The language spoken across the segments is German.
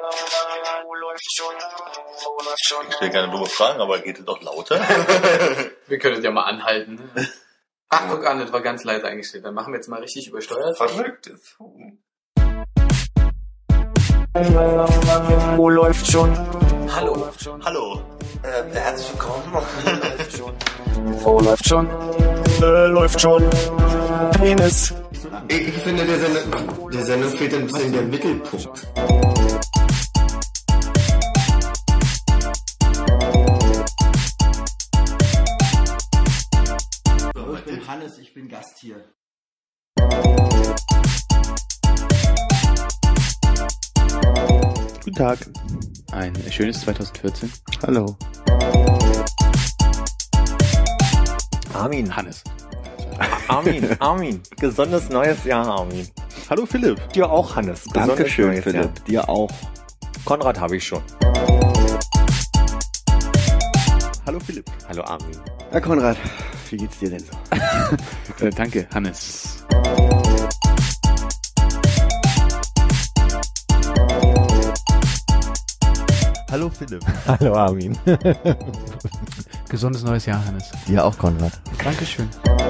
Ich stelle keine dumme Fragen, aber geht es doch lauter? Wir können es ja mal anhalten. Ne? Ach, guck an, das war ganz leise eingestellt. Dann machen wir jetzt mal richtig übersteuert. Verrücktes. Wo läuft schon? Hallo. Hallo. Herzlich willkommen. Wo läuft schon? Läuft schon. Penis. Ich finde, der Sendung fehlt ein bisschen der Mittelpunkt. Ich bin Hannes, ich bin Gast hier. Guten Tag. Ein schönes 2014. Hallo. Armin. Hannes. Armin. Gesundes neues Jahr, Armin. Hallo Philipp. Dir auch, Hannes. Gesundes Dankeschön, neues Philipp. Jahr. Dir auch. Konrad habe ich schon. Hallo Philipp. Hallo, Armin. Herr Konrad, wie geht's dir denn so? Danke, Hannes. Hallo Philipp. Hallo, Armin. Gesundes neues Jahr, Hannes. Dir auch, Konrad. Dankeschön.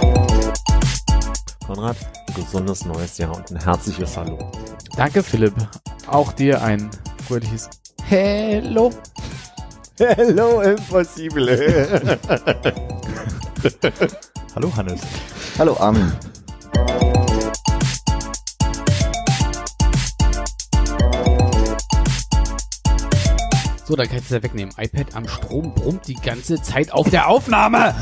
Konrad, gesundes neues Jahr und ein herzliches Hallo. Danke, Philipp. Auch dir ein fröhliches Hello. Hello, impossible. Hallo Hannes. Hallo Armin. So, dann kann ich es ja wegnehmen. iPad am Strom brummt die ganze Zeit auf der Aufnahme.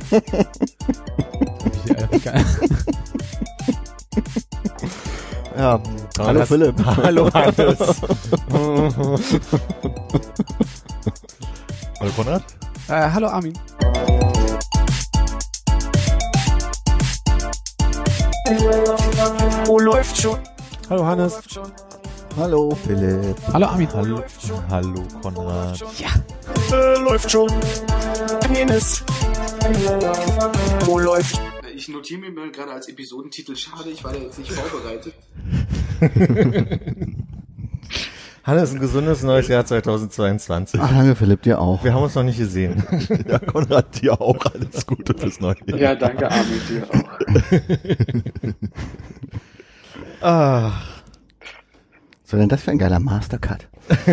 Ja, hallo Philipp. Hallo, Hannes. Hallo Konrad. Hallo Armin. Wo läuft schon? Hallo, Hannes. Hallo Philipp. Hallo Armin. Hallo Konrad. Läuft schon. Penis. Wo läuft? Ich notiere mir mal gerade als Episodentitel, schade, ich war da jetzt nicht vorbereitet. Hannes, ein gesundes neues Jahr 2022. Ach, danke Philipp, dir auch. Wir haben uns noch nicht gesehen. Ja, Konrad, dir auch alles Gute fürs neue Jahr. Ja, danke, Armin, dir auch. Ach. Was war denn das für ein geiler Mastercut?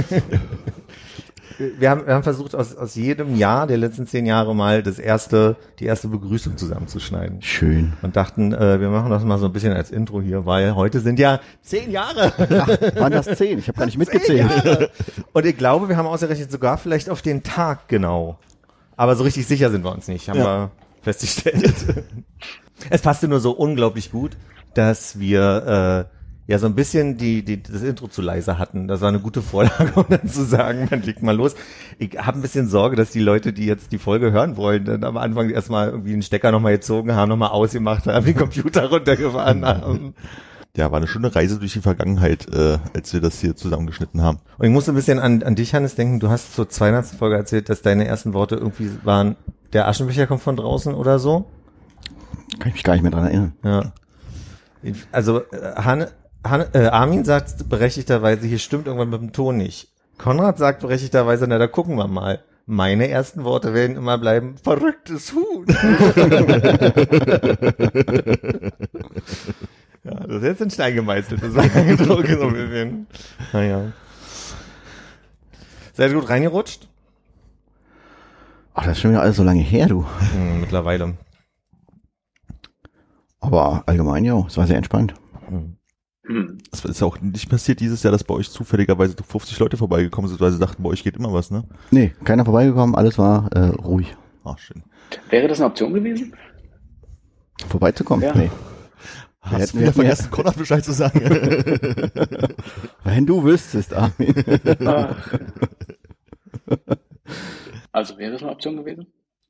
Wir haben versucht, aus jedem Jahr der letzten 10 Jahre mal die erste Begrüßung zusammenzuschneiden. Schön. Und dachten, wir machen das mal so ein bisschen als Intro hier, weil heute sind ja 10 Jahre. Ach, waren das 10? Ich habe gar nicht mitgezählt. 10 Jahre. Und ich glaube, wir haben ausgerechnet sogar vielleicht auf den Tag genau. Aber so richtig sicher sind wir uns nicht, haben wir festgestellt. Es passte nur so unglaublich gut, dass wir ja so ein bisschen das Intro zu leise hatten. Das war eine gute Vorlage, um dann zu sagen, man legt mal los. Ich habe ein bisschen Sorge, dass die Leute, die jetzt die Folge hören wollen, dann am Anfang erstmal irgendwie den Stecker nochmal gezogen haben, nochmal ausgemacht haben, den Computer runtergefahren haben. Ja, war eine schöne Reise durch die Vergangenheit, als wir das hier zusammengeschnitten haben. Und ich musste ein bisschen an dich, Hannes, denken. Du hast zur 200. Folge erzählt, dass deine ersten Worte irgendwie waren, der Aschenbecher kommt von draußen oder so. Kann ich mich gar nicht mehr dran erinnern. Ja. Also Armin sagt berechtigterweise, hier stimmt irgendwann mit dem Ton nicht. Konrad sagt berechtigterweise, na da gucken wir mal. Meine ersten Worte werden immer bleiben, verrücktes Huhn. Ja, das ist jetzt in Stein gemeißelt. Das war ein Eindruck so ein bisschen. Naja. Seid ihr gut reingerutscht? Ach, das ist schon wieder alles so lange her, du. Mittlerweile. Aber allgemein, ja, es war sehr entspannt. Es ist ja auch nicht passiert dieses Jahr, dass bei euch zufälligerweise 50 Leute vorbeigekommen sind, weil sie dachten, bei euch geht immer was, ne? Nee, keiner vorbeigekommen, alles war ruhig. Ach, schön. Wäre das eine Option gewesen? Vorbeizukommen? Ja. Nee. Hast du wieder vergessen, Konrad Bescheid zu sagen? Wenn du wüsstest, Armin. Ach. Also wäre es eine Option gewesen?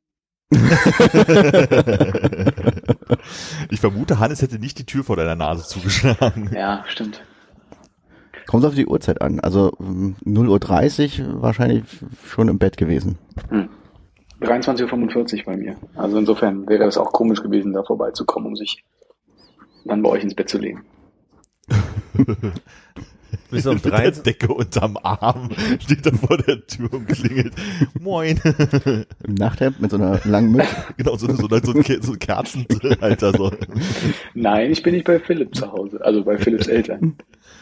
Ich vermute, Hannes hätte nicht die Tür vor deiner Nase zugeschlagen. Ja, stimmt. Kommt auf die Uhrzeit an. Also 0:30 Uhr wahrscheinlich schon im Bett gewesen. 23:45 Uhr bei mir. Also insofern wäre es auch komisch gewesen, da vorbeizukommen, um sich dann bei euch ins Bett zu legen. Bis um Mit der 3. Decke unterm Arm steht er vor der Tür und klingelt. Moin. Im Nachthemd mit so einer langen Mütze. Genau, so ein Kerzenhalter. So. Nein, ich bin nicht bei Philipp zu Hause, also bei Philipps Eltern.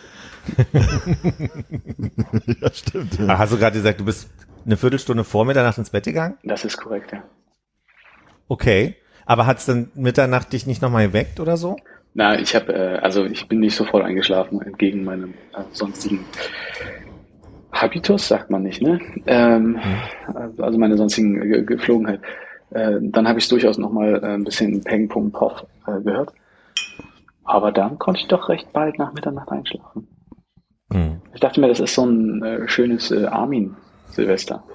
Ja, stimmt. Hast du gerade gesagt, du bist eine Viertelstunde vor Mitternacht ins Bett gegangen? Das ist korrekt, ja. Okay. Aber hat's dann Mitternacht dich nicht nochmal geweckt oder so? Na, ich bin nicht sofort eingeschlafen, entgegen meinem sonstigen Habitus, sagt man nicht, ne? Also meine sonstigen Geflogenheit. Dann habe ich durchaus nochmal ein bisschen Peng, Pum, Poff gehört. Aber dann konnte ich doch recht bald nach Mitternacht einschlafen. Ich dachte mir, das ist so ein schönes Armin-Silvester.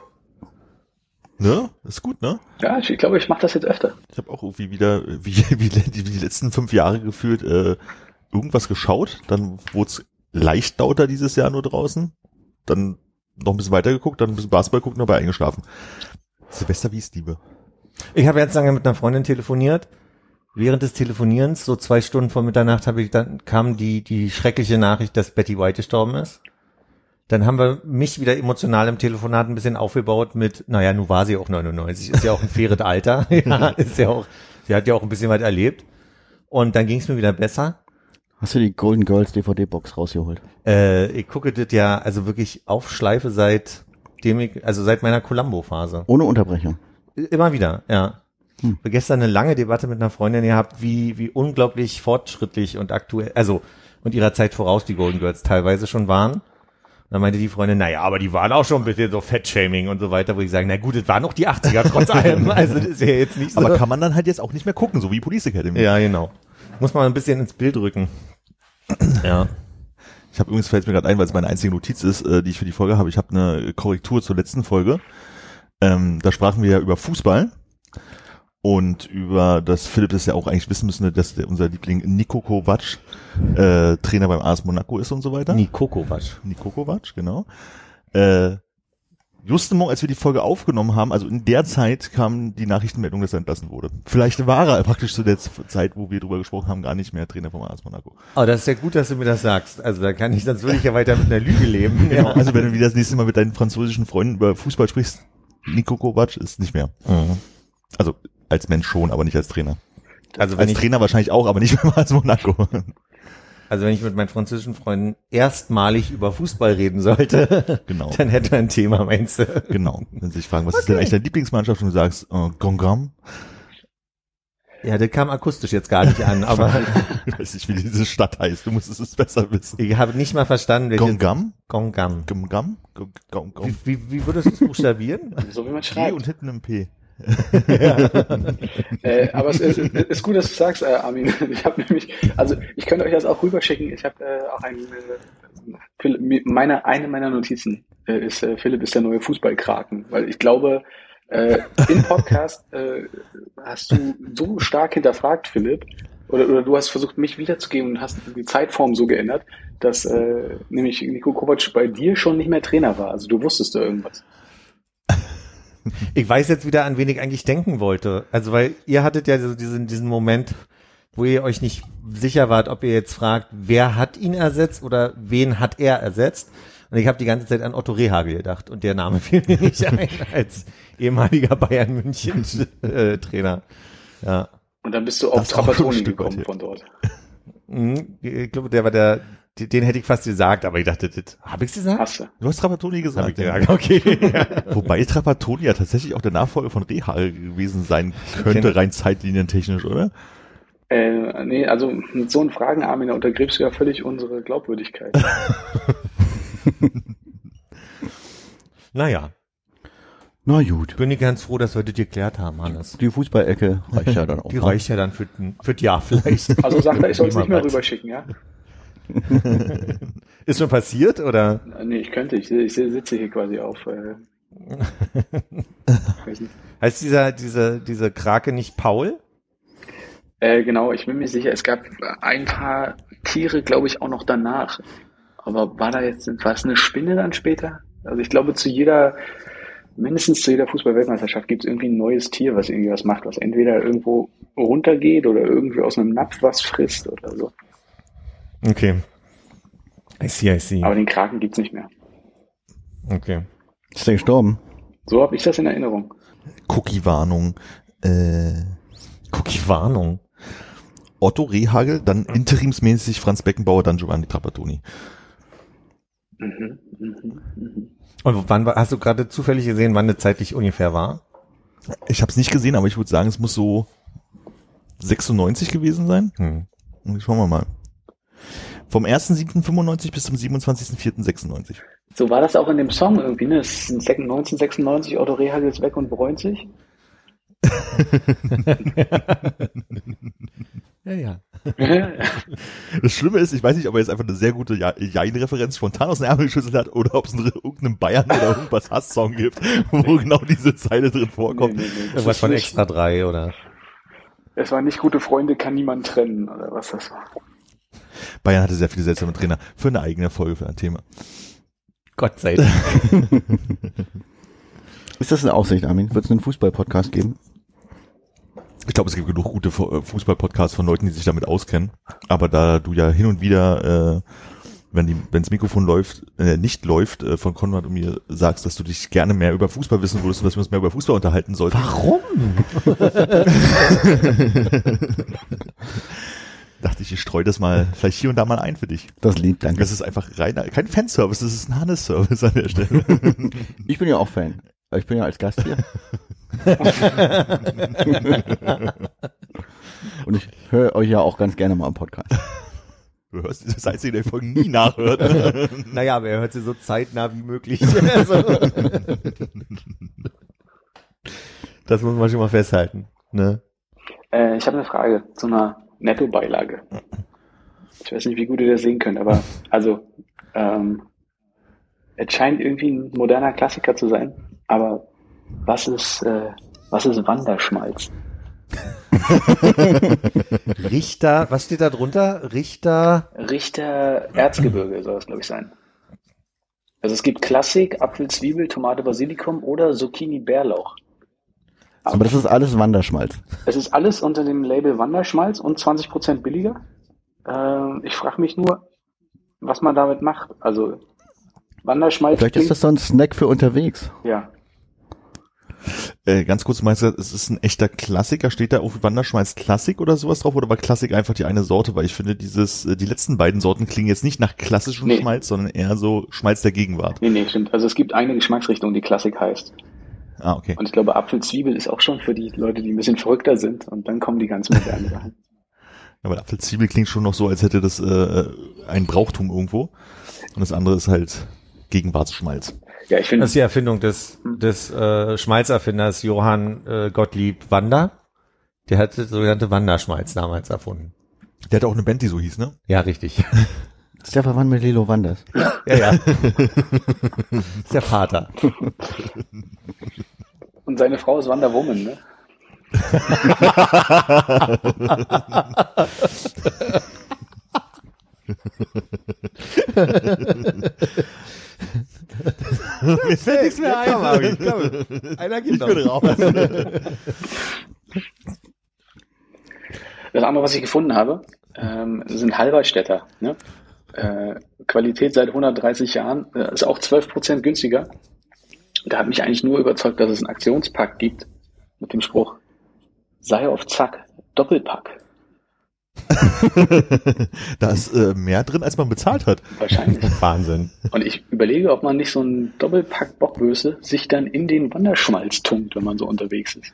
Ne? Ist gut, ne? Ja, ich glaube, ich mache das jetzt öfter. Ich habe auch irgendwie wieder, wie die letzten 5 Jahre gefühlt, irgendwas geschaut. Dann wurde es leicht lauter dieses Jahr nur draußen. Dann noch ein bisschen weiter geguckt, dann ein bisschen Basketball geguckt und dabei eingeschlafen. Silvester wie es liebe. Ich habe jetzt lange mit einer Freundin telefoniert. Während des Telefonierens, so 2 Stunden vor Mitternacht, kam die schreckliche Nachricht, dass Betty White gestorben ist. Dann haben wir mich wieder emotional im Telefonat ein bisschen aufgebaut mit, naja, nun war sie auch 99, ist ja auch ein faires Alter, ja, ist ja auch, sie hat ja auch ein bisschen was erlebt. Und dann ging es mir wieder besser. Hast du die Golden Girls DVD-Box rausgeholt? Ich gucke das ja also wirklich auf Schleife seit meiner Columbo-Phase. Ohne Unterbrechung. Immer wieder, ja. Wir gestern eine lange Debatte mit einer Freundin gehabt, wie unglaublich fortschrittlich und aktuell, also und ihrer Zeit voraus die Golden Girls teilweise schon waren. Dann meinte die Freundin, naja, aber die waren auch schon ein bisschen so Fettshaming und so weiter, wo ich sage, na gut, das waren noch die 80er trotz allem. Also das ist ja jetzt nicht so. Aber kann man dann halt jetzt auch nicht mehr gucken, so wie Police Academy. Ja, genau. Muss man ein bisschen ins Bild rücken. Ja. Ich habe übrigens, fällt mir gerade ein, weil es meine einzige Notiz ist, die ich für die Folge habe. Ich habe eine Korrektur zur letzten Folge. Da sprachen wir ja über Fußball. Und über das Philipp das ja auch eigentlich wissen müssen, dass unser Liebling Niko Kovac Trainer beim AS Monaco ist und so weiter. Niko Kovac, genau. Just als wir die Folge aufgenommen haben, also in der Zeit kam die Nachrichtenmeldung, dass er entlassen wurde. Vielleicht war er praktisch zu der Zeit, wo wir drüber gesprochen haben, gar nicht mehr Trainer vom AS Monaco. Oh, das ist ja gut, dass du mir das sagst. Also da kann ich, sonst würde ich ja weiter mit einer Lüge leben. Genau, also wenn du wieder das nächste Mal mit deinen französischen Freunden über Fußball sprichst, Niko Kovac ist nicht mehr. Also als Mensch schon, aber nicht als Trainer. Also als Trainer wahrscheinlich auch, aber nicht mehr als Monaco. Also wenn ich mit meinen französischen Freunden erstmalig über Fußball reden sollte, genau, dann hätte man ein Thema, meinst du? Genau. Wenn sie sich fragen, was ist denn eigentlich deine Lieblingsmannschaft und du sagst, Gongram? Ja, der kam akustisch jetzt gar nicht an, aber ich weiß nicht, wie diese Stadt heißt. Du musstest es besser wissen. Ich habe nicht mal verstanden, welches... Gongram? Gongram. Gongram? Wie würdest du es buchstabieren? So wie man schreibt. G und hinten ein P. Aber es ist gut, dass du sagst, Armin. Ich habe nämlich, also ich könnte euch das auch rüberschicken. Ich habe auch eine meiner Notizen ist, Philipp ist der neue Fußballkraken, weil ich glaube, im Podcast hast du so stark hinterfragt, Philipp, oder du hast versucht, mich wiederzugeben und hast die Zeitform so geändert, dass nämlich Niko Kovac bei dir schon nicht mehr Trainer war. Also du wusstest da irgendwas. Ich weiß jetzt wieder, an wen ich eigentlich denken wollte. Also weil ihr hattet ja so diesen Moment, wo ihr euch nicht sicher wart, ob ihr jetzt fragt, wer hat ihn ersetzt oder wen hat er ersetzt. Und ich habe die ganze Zeit an Otto Rehhagel gedacht und der Name fiel mir nicht ein als ehemaliger Bayern München Trainer. Ja. Und dann bist du auf Trapattoni gekommen von dort. Ich glaube, der war den hätte ich fast gesagt, aber ich dachte, habe ich es gesagt? Hast du. Du hast Trapattoni gesagt. Hab ich gesagt, okay. Wobei Trapattoni ja tatsächlich auch der Nachfolger von Rehhagel gewesen sein könnte, rein zeitlinientechnisch, oder? Nee, also mit so einen Fragen, Armin, da untergräbst du ja völlig unsere Glaubwürdigkeit. Naja. Na gut. Bin ich ganz froh, dass wir das geklärt haben, Hannes. Die Fußballecke reicht ja dann auch. Die reicht ja dann für das Jahr vielleicht. Also sagt er, ich soll es nicht mehr rüberschicken, ja? Ist schon passiert, oder? Nee, ich könnte. Ich sitze hier quasi auf. Weiß nicht. Heißt diese Krake nicht Paul? Genau, ich bin mir sicher, es gab ein paar Tiere, glaube ich, auch noch danach. Aber war es eine Spinne dann später? Also ich glaube, mindestens zu jeder Fußball-Weltmeisterschaft gibt es irgendwie ein neues Tier, was irgendwie was macht, was entweder irgendwo runtergeht oder irgendwie aus einem Napf was frisst oder so. Okay. I see. Aber den Kraken gibt's nicht mehr. Okay. Ist der gestorben? So habe ich das in Erinnerung. Cookie-Warnung. Cookie-Warnung. Otto Rehagel, dann interimsmäßig Franz Beckenbauer, dann Giovanni Trapattoni. Und wann hast du gerade zufällig gesehen, wann das zeitlich ungefähr war? Ich habe es nicht gesehen, aber ich würde sagen, es muss so 96 gewesen sein. Und schauen wir mal. Vom 1.7.95 bis zum 27.04.96. So war das auch in dem Song irgendwie, ne? Es ist 1996, Otto Rehagel ist weg und bereut sich. Ja. Das Schlimme ist, ich weiß nicht, ob er jetzt einfach eine sehr gute Jein-Referenz spontan aus dem Ärmel geschüttelt hat oder ob es irgendeinen Bayern oder irgendwas Hass-Song gibt, wo genau diese Zeile drin vorkommt. Nee. Irgendwas von Extra 3 oder? Es war nicht gute Freunde, kann niemand trennen oder was das war. Bayern hatte sehr viele seltsame Trainer. Für eine eigene Folge, für ein Thema. Gott sei Dank. Ist das eine Aussicht, Armin? Wird es einen Fußball-Podcast geben? Ich glaube, es gibt genug gute Fußball-Podcasts von Leuten, die sich damit auskennen. Aber da du ja hin und wieder, wenn's Mikrofon nicht läuft, von Konrad und mir sagst, dass du dich gerne mehr über Fußball wissen würdest und dass wir uns mehr über Fußball unterhalten sollten. Warum? Dachte ich streue das mal vielleicht hier und da mal ein für dich. Das lieb, danke. Das ist einfach kein Fanservice, das ist ein Hannes-Service an der Stelle. Ich bin ja auch Fan. Ich bin ja als Gast hier. Und ich höre euch ja auch ganz gerne mal im Podcast. Du hörst das Einzige, der Folgen nie nachhört. Naja, aber er hört sie so zeitnah wie möglich. Also, das muss man schon mal festhalten. Ne? Ich habe eine Frage zu einer Nettobeilage. Ich weiß nicht, wie gut ihr das sehen könnt, aber also es scheint irgendwie ein moderner Klassiker zu sein, aber was ist Wanderschmalz? Richter, was steht da drunter? Richter Erzgebirge soll das, glaube ich, sein. Also es gibt Klassik, Apfel, Zwiebel, Tomate, Basilikum oder Zucchini, Bärlauch. Aber das ist alles Wanderschmalz. Es ist alles unter dem Label Wanderschmalz und 20% billiger. Ich frage mich nur, was man damit macht. Also Wanderschmalz. Vielleicht ist das so ein Snack für unterwegs. Ja. Ganz kurz, meinst du, es ist ein echter Klassiker? Steht da auf Wanderschmalz Klassik oder sowas drauf? Oder war Klassik einfach die eine Sorte? Weil ich finde, die letzten beiden Sorten klingen jetzt nicht nach klassischem Schmalz, sondern eher so Schmalz der Gegenwart. Nee, stimmt. Also es gibt eine Geschmacksrichtung, die Klassik heißt. Ah, okay. Und ich glaube, Apfel-Zwiebel ist auch schon für die Leute, die ein bisschen verrückter sind. Und dann kommen die ganz modernen Sachen. Aber Apfel-Zwiebel klingt schon noch so, als hätte das ein Brauchtum irgendwo. Und das andere ist halt Gegenwartsschmalz. Ja, ich finde. Das ist die Erfindung des Schmalzerfinders Johann Gottlieb Wander. Der hatte sogenannte Wanderschmalz damals erfunden. Der hatte auch eine Band, die so hieß, ne? Ja, richtig. Ist der verwandt mit Lilo Wanders? Ja. Ist der Vater. Und seine Frau ist Wonder Woman, ne? Mir fällt nichts mehr ein. Komm. Einer geht noch. Ich bin raus. Das andere, was ich gefunden habe, sind Halberstädter. Ne? Qualität seit 130 Jahren, ist auch 12% günstiger. Da hat mich eigentlich nur überzeugt, dass es einen Aktionspack gibt mit dem Spruch, sei auf Zack, Doppelpack. Da ist mehr drin, als man bezahlt hat. Wahrscheinlich. Wahnsinn. Und ich überlege, ob man nicht so einen Doppelpack Bockwürste sich dann in den Wanderschmalz tunkt, wenn man so unterwegs ist.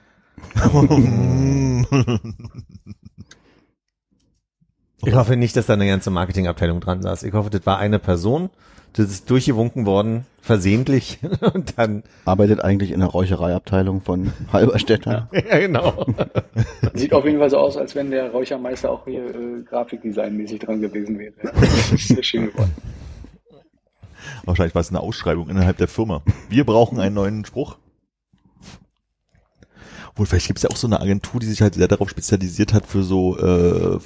Ich hoffe nicht, dass da eine ganze Marketingabteilung dran saß. Ich hoffe, das war eine Person, das ist durchgewunken worden, versehentlich, und dann... Arbeitet eigentlich in der Räuchereiabteilung von Halberstädter. Ja, genau. Sieht auf jeden Fall so aus, als wenn der Räuchermeister auch hier Grafikdesign-mäßig dran gewesen wäre. Das ist sehr schön geworden. Wahrscheinlich war es eine Ausschreibung innerhalb der Firma. Wir brauchen einen neuen Spruch. Obwohl, vielleicht gibt es ja auch so eine Agentur, die sich halt sehr darauf spezialisiert hat, für so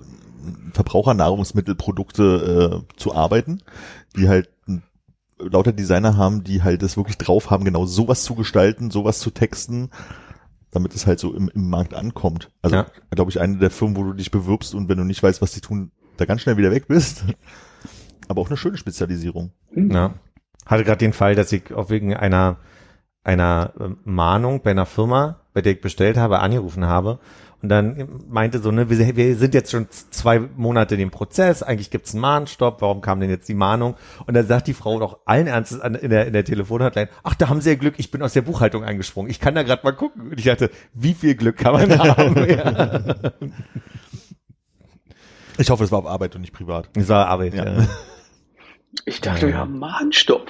Verbrauchernahrungsmittelprodukte zu arbeiten, die halt lauter Designer haben, die halt es wirklich drauf haben, genau sowas zu gestalten, sowas zu texten, damit es halt so im Markt ankommt. Also, glaube ich, eine der Firmen, wo du dich bewirbst und wenn du nicht weißt, was die tun, da ganz schnell wieder weg bist. Aber auch eine schöne Spezialisierung. Ja. Hatte gerade den Fall, dass ich auch wegen einer Mahnung bei einer Firma, bei der ich bestellt habe, angerufen habe und dann meinte so, ne, wir sind jetzt schon 2 Monate in dem Prozess, eigentlich gibt's einen Mahnstopp, warum kam denn jetzt die Mahnung? Und dann sagt die Frau doch allen Ernstes in der Telefonhotline, ach, da haben Sie ja Glück, ich bin aus der Buchhaltung eingesprungen, ich kann da gerade mal gucken. Und ich dachte, wie viel Glück kann man haben? Ja. Ich hoffe, es war auf Arbeit und nicht privat. Das war Arbeit, ja. Ich dachte, wir haben Mahnstopp.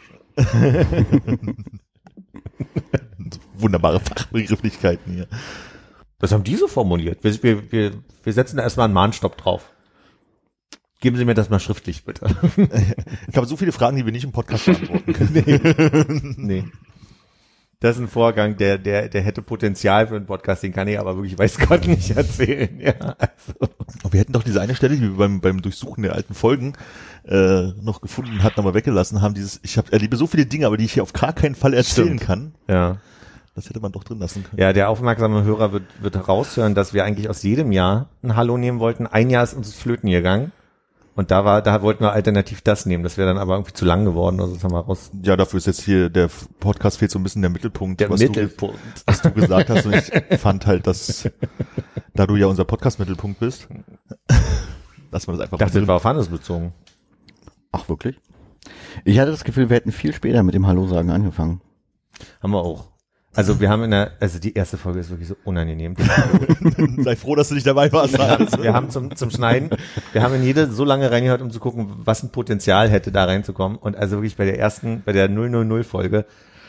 Wunderbare Fachbegrifflichkeiten hier. Das haben die so formuliert. Wir setzen da erstmal einen Mahnstopp drauf. Geben Sie mir das mal schriftlich, bitte. Ich habe so viele Fragen, die wir nicht im Podcast beantworten können. Nee. Das ist ein Vorgang, der hätte Potenzial für einen Podcast, den kann ich aber wirklich, weiß Gott, nicht erzählen. Ja, also. Wir hätten doch diese eine Stelle, die wir beim Durchsuchen der alten Folgen noch gefunden hatten, aber weggelassen haben. Ich erlebe so viele Dinge, aber die ich hier auf gar keinen Fall erzählen kann. Ja. Das hätte man doch drin lassen können. Ja, der aufmerksame Hörer wird heraushören, dass wir eigentlich aus jedem Jahr ein Hallo nehmen wollten. Ein Jahr ist uns flöten gegangen. Und da wollten wir alternativ das nehmen. Das wäre dann aber irgendwie zu lang geworden. Also das haben wir raus. Ja, dafür ist jetzt hier, der Podcast fehlt so ein bisschen der Mittelpunkt. Was du gesagt hast. Und ich fand halt, dass, da du ja unser Podcast-Mittelpunkt bist, dass man das einfach Ich dachte, das war auf Hannes bezogen. Ach, wirklich? Ich hatte das Gefühl, wir hätten viel später mit dem Hallo sagen angefangen. Haben wir auch. Also wir haben die erste Folge ist wirklich so unangenehm. Sei froh, dass du nicht dabei warst. Wir haben zum Schneiden, wir haben in jede so lange reingehört, um zu gucken, was ein Potenzial hätte, da reinzukommen. Und also wirklich bei der 000 Folge,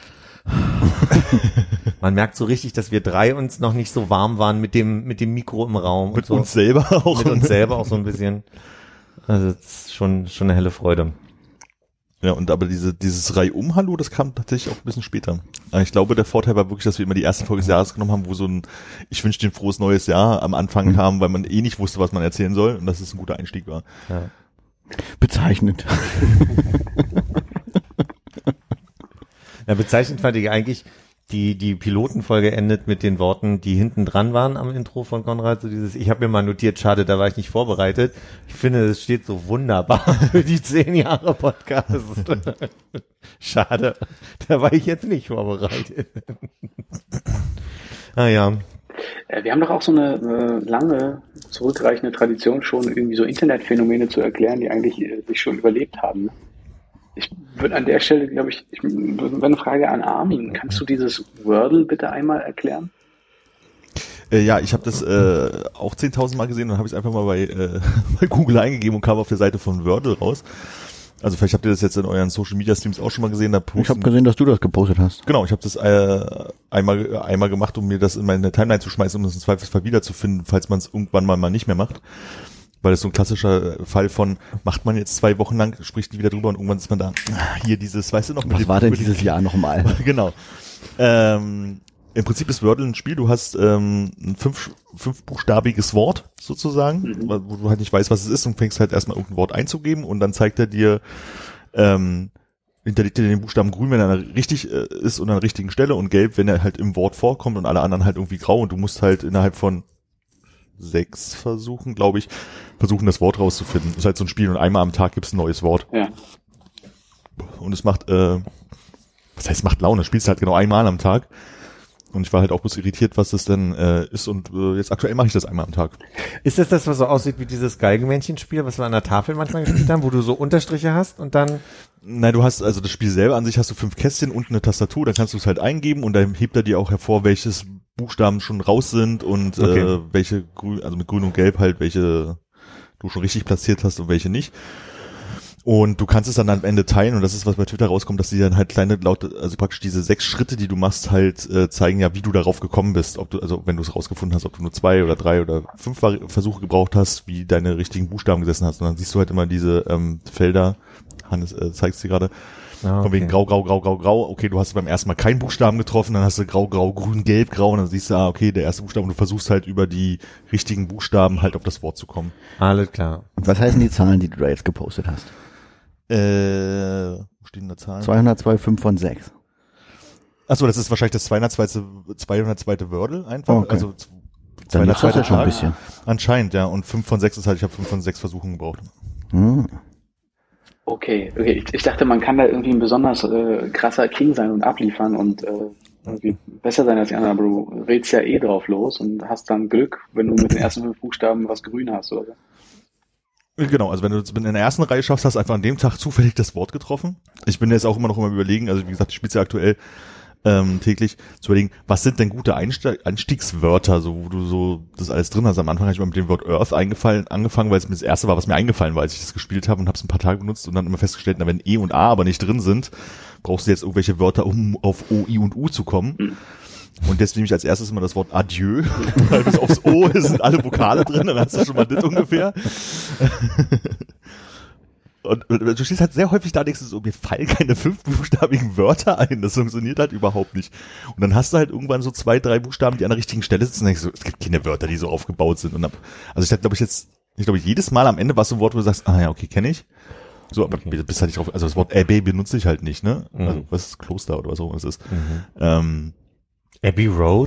man merkt so richtig, dass wir 3 uns noch nicht so warm waren mit dem Mikro im Raum. Mit und so. uns selber auch. Mit uns selber auch so ein bisschen. Also das ist schon eine helle Freude. Ja, und aber dieses Reihum-Hallo, das kam tatsächlich auch ein bisschen später. Ich glaube, der Vorteil war wirklich, dass wir immer die erste Folge des Jahres genommen haben, wo so ein Ich wünsche dir ein frohes neues Jahr am Anfang kam, weil man nicht wusste, was man erzählen soll und dass es ein guter Einstieg war. Ja. Bezeichnend. Ja, bezeichnend fand ich eigentlich, die Pilotenfolge endet mit den Worten, die hinten dran waren am Intro von Konrad, so dieses, ich habe mir mal notiert, schade, da war ich nicht vorbereitet. Ich finde, das steht so wunderbar für die 10 Jahre Podcast. Schade, da war ich jetzt nicht vorbereitet. Ja. Wir haben doch auch so eine lange, zurückreichende Tradition, schon irgendwie so Internetphänomene zu erklären, die eigentlich sich schon überlebt haben. Ich würde an der Stelle, glaube ich, eine Frage an Armin. Kannst du dieses Wordle bitte einmal erklären? Ja, ich habe das auch 10.000 Mal gesehen und habe es einfach mal bei Google eingegeben und kam auf der Seite von Wordle raus. Also vielleicht habt ihr das jetzt in euren Social Media Streams auch schon mal gesehen. Ich habe gesehen, dass du das gepostet hast. Genau, ich habe das einmal gemacht, um mir das in meine Timeline zu schmeißen, um das im Zweifelsfall wiederzufinden, falls man es irgendwann mal nicht mehr macht. Weil das so ein klassischer Fall von, macht man jetzt 2 Wochen lang, spricht nie wieder drüber und irgendwann ist man da, hier dieses, weißt du noch? Was war denn dieses Jahr nochmal? Genau. Im Prinzip ist Wordle ein Spiel, du hast ein 5-buchstabiges Wort sozusagen, wo du halt nicht weißt, was es ist und fängst halt erstmal irgendein Wort einzugeben und dann zeigt er dir, hinterlegt dir den Buchstaben grün, wenn er richtig ist und an der richtigen Stelle und gelb, wenn er halt im Wort vorkommt und alle anderen halt irgendwie grau und du musst halt innerhalb von 6 versuchen, glaube ich, das Wort rauszufinden. Das ist halt so ein Spiel und einmal am Tag gibt's ein neues Wort. Ja. Und es macht, was heißt macht Laune? Spielst halt genau einmal am Tag. Und ich war halt auch bloß irritiert, was das denn ist und jetzt aktuell mache ich das einmal am Tag. Ist das, was so aussieht wie dieses Geigenmännchen-Spiel, was wir an der Tafel manchmal gespielt haben, wo du so Unterstriche hast und dann... Nein, du hast, also das Spiel selber an sich hast du 5 Kästchen und eine Tastatur, da kannst du es halt eingeben und dann hebt er dir auch hervor, welches Buchstaben schon raus sind und welche grün, also mit grün und gelb halt, welche du schon richtig platziert hast und welche nicht. Und du kannst es dann am Ende teilen und das ist, was bei Twitter rauskommt, dass die dann halt also praktisch diese 6 Schritte, die du machst, halt zeigen ja, wie du darauf gekommen bist. Ob du, also wenn du es rausgefunden hast, ob du nur 2 oder 3 oder 5 Versuche gebraucht hast, wie deine richtigen Buchstaben gesessen hast. Und dann siehst du halt immer diese Felder, Hannes zeigt dir gerade, von wegen grau, grau, grau, grau, grau. Okay, du hast beim ersten Mal keinen Buchstaben getroffen, dann hast du grau, grau, grün, gelb, grau und dann siehst du, okay, der erste Buchstabe und du versuchst halt über die richtigen Buchstaben halt auf das Wort zu kommen. Alles klar. Und was heißen die Zahlen, die du da jetzt gepostet hast? Wo stehen da Zahlen? 202, 5 von 6. Achso, das ist wahrscheinlich das 202. Wordle einfach. Okay. Also Dann ist das ja schon ein bisschen. Anscheinend, ja. Und 5 von 6 ist halt, ich habe 5 von 6 Versuchen gebraucht. Hm. Okay. Ich dachte, man kann da irgendwie ein besonders krasser King sein und abliefern und irgendwie besser sein als die anderen, aber du redest ja eh drauf los und hast dann Glück, wenn du mit den ersten 5 Buchstaben was grün hast, oder so. Genau, also wenn du es in der ersten Reihe schaffst, hast du einfach an dem Tag zufällig das Wort getroffen. Ich bin jetzt auch immer noch überlegen, also wie gesagt, ich spiele ja aktuell täglich, zu überlegen, was sind denn gute Einstiegswörter, so wo du so das alles drin hast. Am Anfang habe ich mal mit dem Wort Earth angefangen, weil es mir das erste war, was mir eingefallen war, als ich das gespielt habe und habe es ein paar Tage benutzt und dann immer festgestellt, na, wenn E und A aber nicht drin sind, brauchst du jetzt irgendwelche Wörter, um auf O, I und U zu kommen. Und deswegen nehme ich als erstes immer das Wort Adieu, weil bis aufs O sind alle Vokale drin, dann hast du schon mal das ungefähr. Und du stehst halt sehr häufig da, denkst du so, mir fallen keine 5-buchstabigen Wörter ein, das funktioniert halt überhaupt nicht. Und dann hast du halt irgendwann so 2, 3 Buchstaben, die an der richtigen Stelle sitzen, und denkst du, es gibt keine Wörter, die so aufgebaut sind. Und also ich glaube, jedes Mal am Ende war so ein Wort, wo du sagst, ah ja, okay, kenne ich. So, aber bist halt nicht drauf, also das Wort Abbey benutze ich halt nicht, ne? Mhm. Also was ist Kloster oder was auch immer es ist. Mhm. Abbey Road?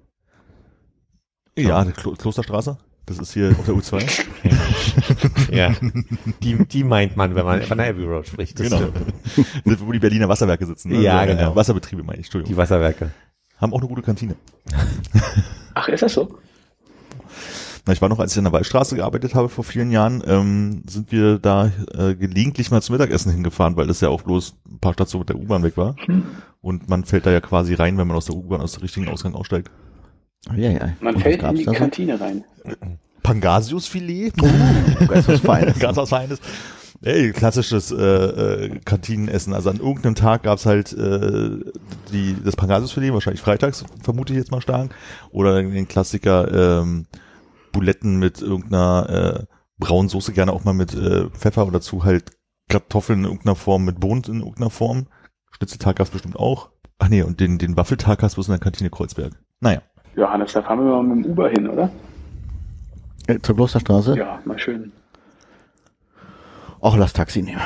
Ja, Klosterstraße. Das ist hier auf der U2. Ja, die meint man, wenn man von der Abbey Road spricht. Das genau. Wo die Berliner Wasserwerke sitzen. Ne? Ja, genau. Wasserbetriebe meine ich, Entschuldigung. Die Wasserwerke. Haben auch eine gute Kantine. Ach, ist das so? Na, ich war noch, als ich in der Waldstraße gearbeitet habe vor vielen Jahren, sind wir da gelegentlich mal zum Mittagessen hingefahren, weil das ja auch bloß ein paar Stationen mit der U-Bahn weg war. Und man fällt da ja quasi rein, wenn man aus der U-Bahn aus dem richtigen Ausgang aussteigt. Oh, ja. Man fällt in die Kantine rein. Pangasiusfilet? Ganz was Feines. Ganz was Feines. Ey, klassisches Kantinenessen. Also an irgendeinem Tag gab's halt das Pangasiusfilet, wahrscheinlich freitags, vermute ich jetzt mal stark. Oder den Klassiker Buletten mit irgendeiner braunen Soße, gerne auch mal mit Pfeffer oder dazu halt Kartoffeln in irgendeiner Form mit Bohnen in irgendeiner Form. Schnitzeltag gab's bestimmt auch. Ach nee, und den Waffeltag hast du in der Kantine Kreuzberg. Naja. Johannes, da fahren wir mal mit dem Uber hin, oder? Zur Klosterstraße? Ja, mal schön. Auch lass Taxi nehmen.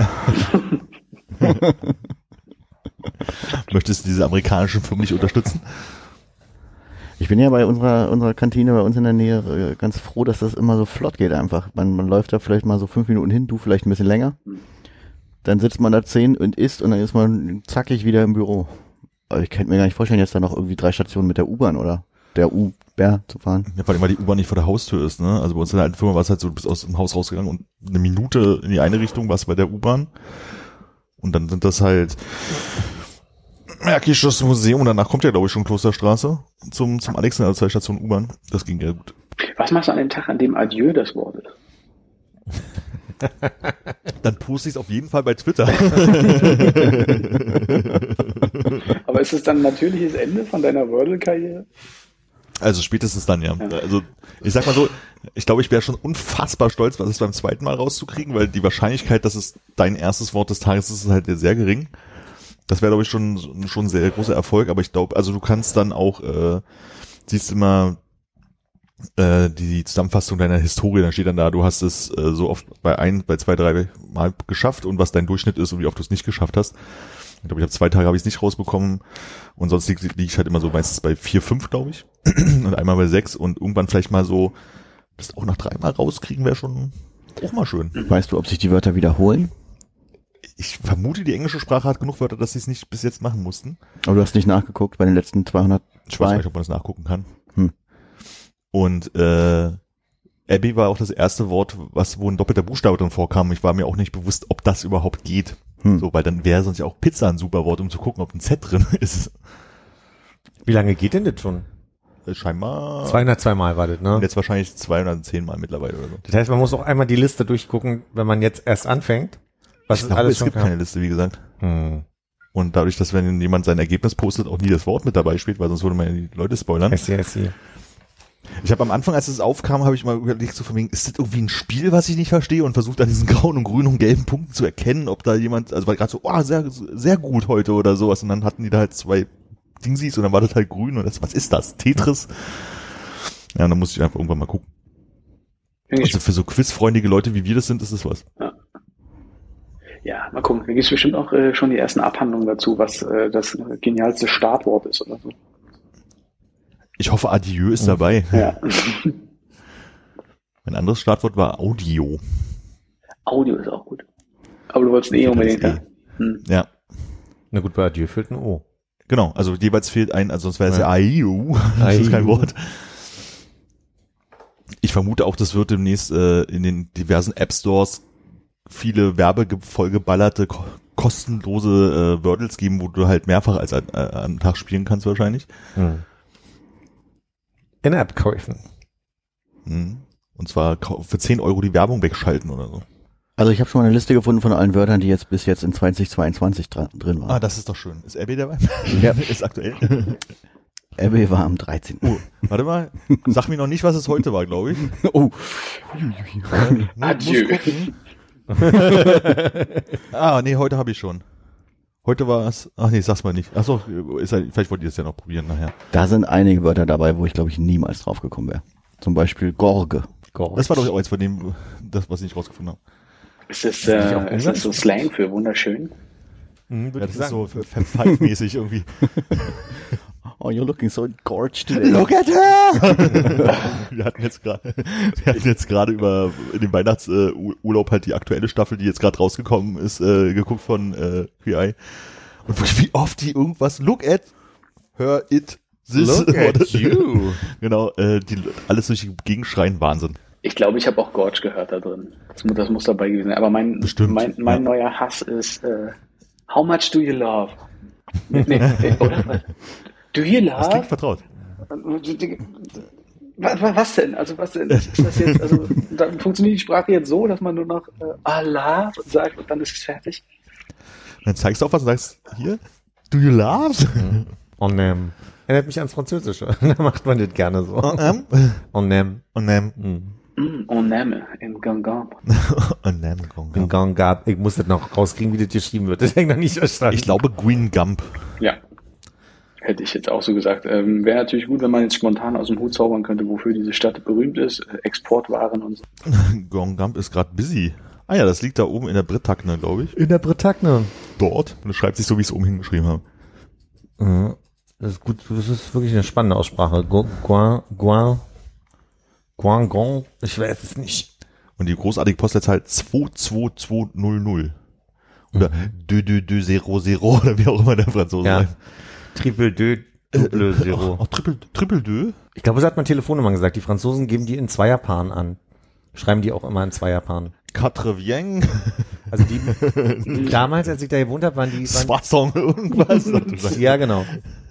Möchtest du diese amerikanischen Firmen nicht unterstützen? Ich bin ja bei unserer Kantine bei uns in der Nähe ganz froh, dass das immer so flott geht einfach. Man läuft da vielleicht mal so 5 Minuten hin, du vielleicht ein bisschen länger. Dann sitzt man da 10 und isst und dann ist man zackig wieder im Büro. Aber ich könnte mir gar nicht vorstellen, jetzt da noch irgendwie 3 Stationen mit der U-Bahn oder der U-Bahn zu fahren. Ja, weil immer die U-Bahn nicht vor der Haustür ist, ne? Also bei uns in der alten Firma war es halt so, du bist aus dem Haus rausgegangen und 1 Minute in die eine Richtung warst du bei der U-Bahn. Und dann sind das halt Märkisches Museum und danach kommt ja, glaube ich, schon Klosterstraße zum Alexander, 2 Stationen U-Bahn. Das ging ja gut. Was machst du an dem Tag, an dem Adieu das Wort ist? Dann poste ich es auf jeden Fall bei Twitter. Aber ist es dann ein natürliches Ende von deiner Wordle-Karriere? Also spätestens dann, ja. Also ich sag mal so, ich glaube, ich wäre schon unfassbar stolz, was es beim zweiten Mal rauszukriegen, weil die Wahrscheinlichkeit, dass es dein erstes Wort des Tages ist, ist halt sehr gering. Das wäre, glaube ich, schon ein sehr großer Erfolg, aber ich glaube, also du kannst dann auch, siehst immer die Zusammenfassung deiner Historie, dann steht dann da, du hast es so oft bei 2, 3 Mal geschafft und was dein Durchschnitt ist und wie oft du es nicht geschafft hast. Ich glaube, 2 Tage habe ich es nicht rausbekommen und sonst liege ich halt immer so meistens bei 4, 5, glaube ich. Und einmal bei 6 und irgendwann vielleicht mal so, das auch nach 3 Mal rauskriegen wäre schon auch mal schön. Weißt du, ob sich die Wörter wiederholen? Ich vermute, die englische Sprache hat genug Wörter, dass sie es nicht bis jetzt machen mussten. Aber du hast nicht nachgeguckt bei den letzten 202? Ich weiß nicht, ob man das nachgucken kann. Und Abbey war auch das erste Wort, wo ein doppelter Buchstabe drin vorkam. Ich war mir auch nicht bewusst, ob das überhaupt geht. So, weil dann wäre sonst ja auch Pizza ein super Wort, um zu gucken, ob ein Z drin ist. Wie lange geht denn das schon? Scheinbar 202 Mal war das, ne? Und jetzt wahrscheinlich 210 Mal mittlerweile oder so. Das heißt, man muss auch einmal die Liste durchgucken, wenn man jetzt erst anfängt. Was ist alles es gibt keine Liste, wie gesagt. Und dadurch, dass wenn jemand sein Ergebnis postet, auch nie das Wort mit dabei spielt, weil sonst würde man ja die Leute spoilern. I see. Ich habe am Anfang, als es aufkam, habe ich mal überlegt, so von wegen, ist das irgendwie ein Spiel, was ich nicht verstehe und versucht an diesen grauen und grünen und gelben Punkten zu erkennen, ob da jemand, also war gerade so, sehr, sehr gut heute oder sowas und dann hatten die da halt 2 Dingsies und dann war das halt grün und das, was ist das? Tetris? Ja, und dann musste ich einfach irgendwann mal gucken. Also für so quizfreundige Leute wie wir das sind, ist das was. Ja, mal gucken. Da gibt es bestimmt auch schon die ersten Abhandlungen dazu, was das genialste Startwort ist oder so. Ich hoffe, Adieu ist dabei. Ja. Mein anderes Startwort war Audio. Audio ist auch gut. Aber du wolltest unbedingt, ja? Ja. Na gut, bei Adieu fehlt ein O. Genau, also jeweils fehlt ein, also sonst wäre es ja Ja. AIU. Das ist kein Wort. Ich vermute auch, das wird demnächst in den diversen App-Stores viele vollgeballerte, kostenlose Wordles geben, wo du halt mehrfach als am Tag spielen kannst wahrscheinlich. In-App-Käufen. Und zwar für 10 € die Werbung wegschalten oder so. Also ich habe schon mal eine Liste gefunden von allen Wörtern, die jetzt bis jetzt in 2022 drin waren. Ah, das ist doch schön. Ist Abby dabei? Ja. Ist aktuell. Abby war am 13. Oh, warte mal. Sag mir noch nicht, was es heute war, glaube ich. Oh. Adieu. Nee, heute habe ich schon. Heute war es, sag's mal nicht. Achso, vielleicht wollt ihr es ja noch probieren nachher. Da sind einige Wörter dabei, wo ich glaube ich niemals drauf gekommen wäre. Zum Beispiel Gorge. Das war doch auch eins von dem, das, was ich rausgefunden habe. Ist das so Slang für wunderschön? Ja, das ist so Five-mäßig irgendwie. Oh, you're looking so gorgeous today. Look at her! Wir hatten jetzt gerade über in dem Weihnachtsurlaub halt die aktuelle Staffel, die jetzt gerade rausgekommen ist, geguckt von QI. Und wie oft die irgendwas look at her, it, this. Look at you. Genau, die alles durch die Gegend schreien, Wahnsinn. Ich glaube, ich habe auch Gorge gehört da drin. Das muss dabei gewesen sein. Aber mein neuer Hass ist How much do you love? Nee, oder was? Do you love? Das klingt vertraut. Was denn? Also was denn? Ist das jetzt? Also dann funktioniert die Sprache jetzt so, dass man nur noch Allah sagt und dann ist es fertig? Dann zeigst du auf was und sagst, hier, do you love? Erinnert mich ans Französische. Da macht man das gerne so. On aime. On aime, in Gangan. In Gangan. Ich muss das noch rauskriegen, wie das geschrieben wird. Das hängt noch nicht verstanden. Ich glaube Green Gump. Ja. Hätte ich jetzt auch so gesagt. Wäre natürlich gut, wenn man jetzt spontan aus dem Hut zaubern könnte, wofür diese Stadt berühmt ist. Exportwaren und so. Gonggamp ist gerade busy. Ah ja, das liegt da oben in der Bretagne, glaube ich. In der Bretagne. Dort. Und das schreibt sich so, wie ich es oben hingeschrieben habe. Das ist gut, das ist wirklich eine spannende Aussprache. Guangon, ich weiß es nicht. Und die großartige Postleitzahl 22200. Oder 2200 oder wie auch immer der Franzose sagt. Triple 2, Double 0. Triple 2? Ich glaube, so hat man Telefonnummern gesagt. Die Franzosen geben die in Zweierpaaren an. Schreiben die auch immer in Zweierpaaren. Quatre Vieng. Also die damals, als ich da gewohnt habe, waren die... Soissons irgendwas. Ja, genau.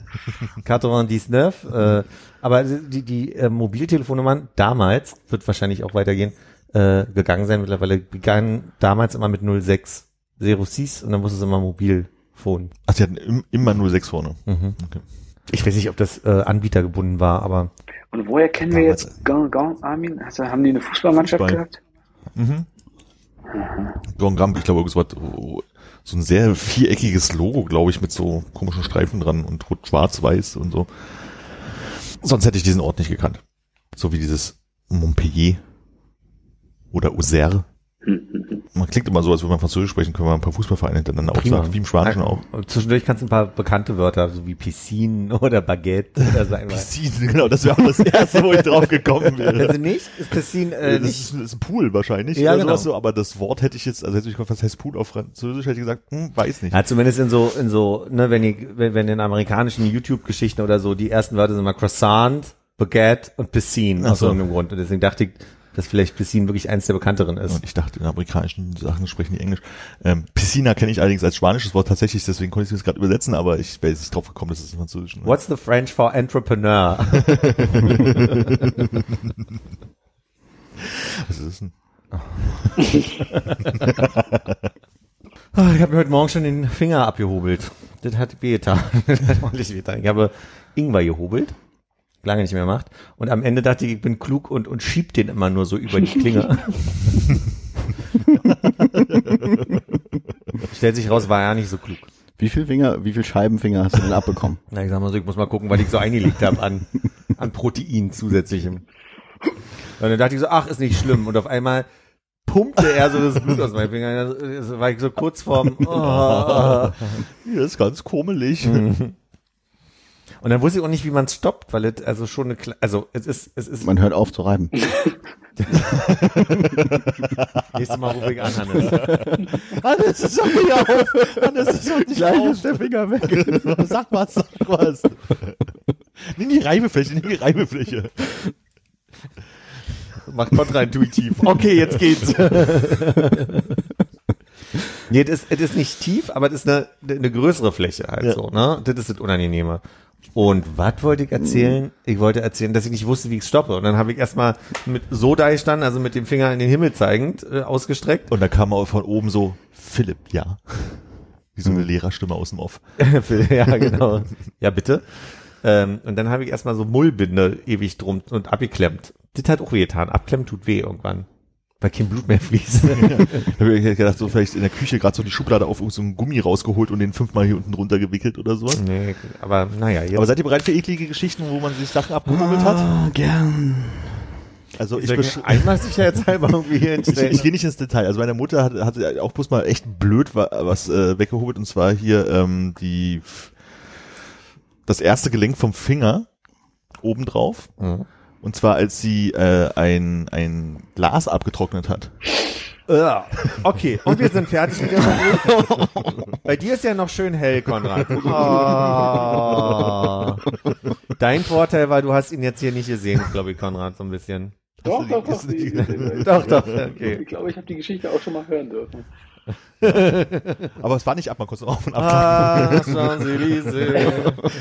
99, aber die Mobiltelefonnummern damals, wird wahrscheinlich auch weitergehen, gegangen sein. Mittlerweile begannen damals immer mit 06 und dann muss es immer Mobilfon. Ach, sie hatten immer 06 vorne. Mhm. Okay. Ich weiß nicht, ob das anbietergebunden war, aber... Und woher kennen wir jetzt Gangan, Armin? Also, haben die eine Fußballmannschaft gehabt? Mhm. Gonggamp, ich glaube, so ein sehr viereckiges Logo, glaube ich, mit so komischen Streifen dran und schwarz-weiß und so. Sonst hätte ich diesen Ort nicht gekannt. So wie dieses Montpellier oder Auxerre. Man klingt immer so, als würde man Französisch sprechen, können wir ein paar Fußballvereine hintereinander auch sagen, wie im Spanischen auch. Zwischendurch kannst du ein paar bekannte Wörter, so wie Piscine oder Baguette oder so einmal. Piscine, genau, das wäre auch das Erste, wo ich drauf gekommen wäre. Also nicht? Ist Piscine das ist ein Pool wahrscheinlich ja, oder genau. sowas so, aber das Wort hätte ich jetzt, also hätte ich gefragt, was heißt Pool auf Französisch, hätte ich gesagt, weiß nicht. Ja, zumindest in so, ne, wenn in amerikanischen YouTube-Geschichten oder so, die ersten Wörter sind immer Croissant, Baguette und Piscine aus irgendeinem Grund. Und deswegen dachte ich, dass vielleicht Piscine wirklich eins der bekannteren ist. Und ich dachte, in amerikanischen Sachen sprechen die Englisch. Piscina kenne ich allerdings als spanisches Wort tatsächlich, deswegen konnte ich es gerade übersetzen, aber ich wäre jetzt nicht drauf gekommen, dass es im Französischen ist. What's the French for entrepreneur? Was ist das denn? Ich habe mir heute Morgen schon den Finger abgehobelt. Das hat wehgetan. Das hat ordentlich wehgetan. Ich habe Ingwer gehobelt. Lange nicht mehr macht. Und am Ende dachte ich bin klug und schieb den immer nur so über die Klinge. Stellt sich raus, war ja nicht so klug. Wie viel Scheibenfinger hast du denn abbekommen? Na, ich sag mal so, ich muss mal gucken, weil ich so eingelegt habe an Protein zusätzlichem. Und dann dachte ich so, ach, ist nicht schlimm. Und auf einmal pumpte er so das Blut aus meinen Fingern. Da war ich so kurz vorm, Das ist ganz komisch. Und dann wusste ich auch nicht, wie man es stoppt, weil es also schon es ist. Man hört auf zu reiben. Nächstes Mal rufe ich an, Hannes. Hannes, ist doch nicht auf. Hannes, ist doch nicht Gleich auf. ist der Finger weg. Sag was. Nimm die Reibefläche. Macht kontraintuitiv. Okay, jetzt geht's. Nee, es ist nicht tief, aber es ist eine größere Fläche halt so, ne? Das ist das Unangenehme. Und was wollte ich erzählen? Ich wollte erzählen, dass ich nicht wusste, wie ich stoppe. Und dann habe ich erstmal mit so da gestanden, also mit dem Finger in den Himmel zeigend, ausgestreckt. Und da kam auch von oben so, Philipp, ja. Wie so eine Lehrerstimme aus dem Off. Ja, genau. Ja, bitte. Und dann habe ich erstmal so Mullbinde ewig drum und abgeklemmt. Das hat auch wehgetan. Abklemmen tut weh irgendwann. Weil kein Blut mehr fließt. Da habe ich gedacht, so vielleicht in der Küche gerade so die Schublade auf so einen Gummi rausgeholt und den 5-mal hier unten drunter gewickelt oder sowas. Nee, aber naja. Jetzt. Aber seid ihr bereit für eklige Geschichten, wo man sich Sachen abgeholt hat? Gern. Also einmal sicherheitshalber irgendwie hier hinstellen. Ich gehe nicht ins Detail. Also meine Mutter hatte auch bloß mal echt blöd was weggehobelt, und zwar hier das erste Gelenk vom Finger obendrauf. Mhm. Und zwar als sie ein Glas abgetrocknet hat. Okay, und wir sind fertig mit der Rubrik. Bei dir ist ja noch schön hell, Konrad. Oh. Dein Vorteil war, du hast ihn jetzt hier nicht gesehen, glaube ich, Konrad, so ein bisschen. Doch. Doch, okay. Ich glaube, ich habe die Geschichte auch schon mal hören dürfen. Aber es war nicht ab, mal kurz auf und ab. Ah, Champs-Élysées.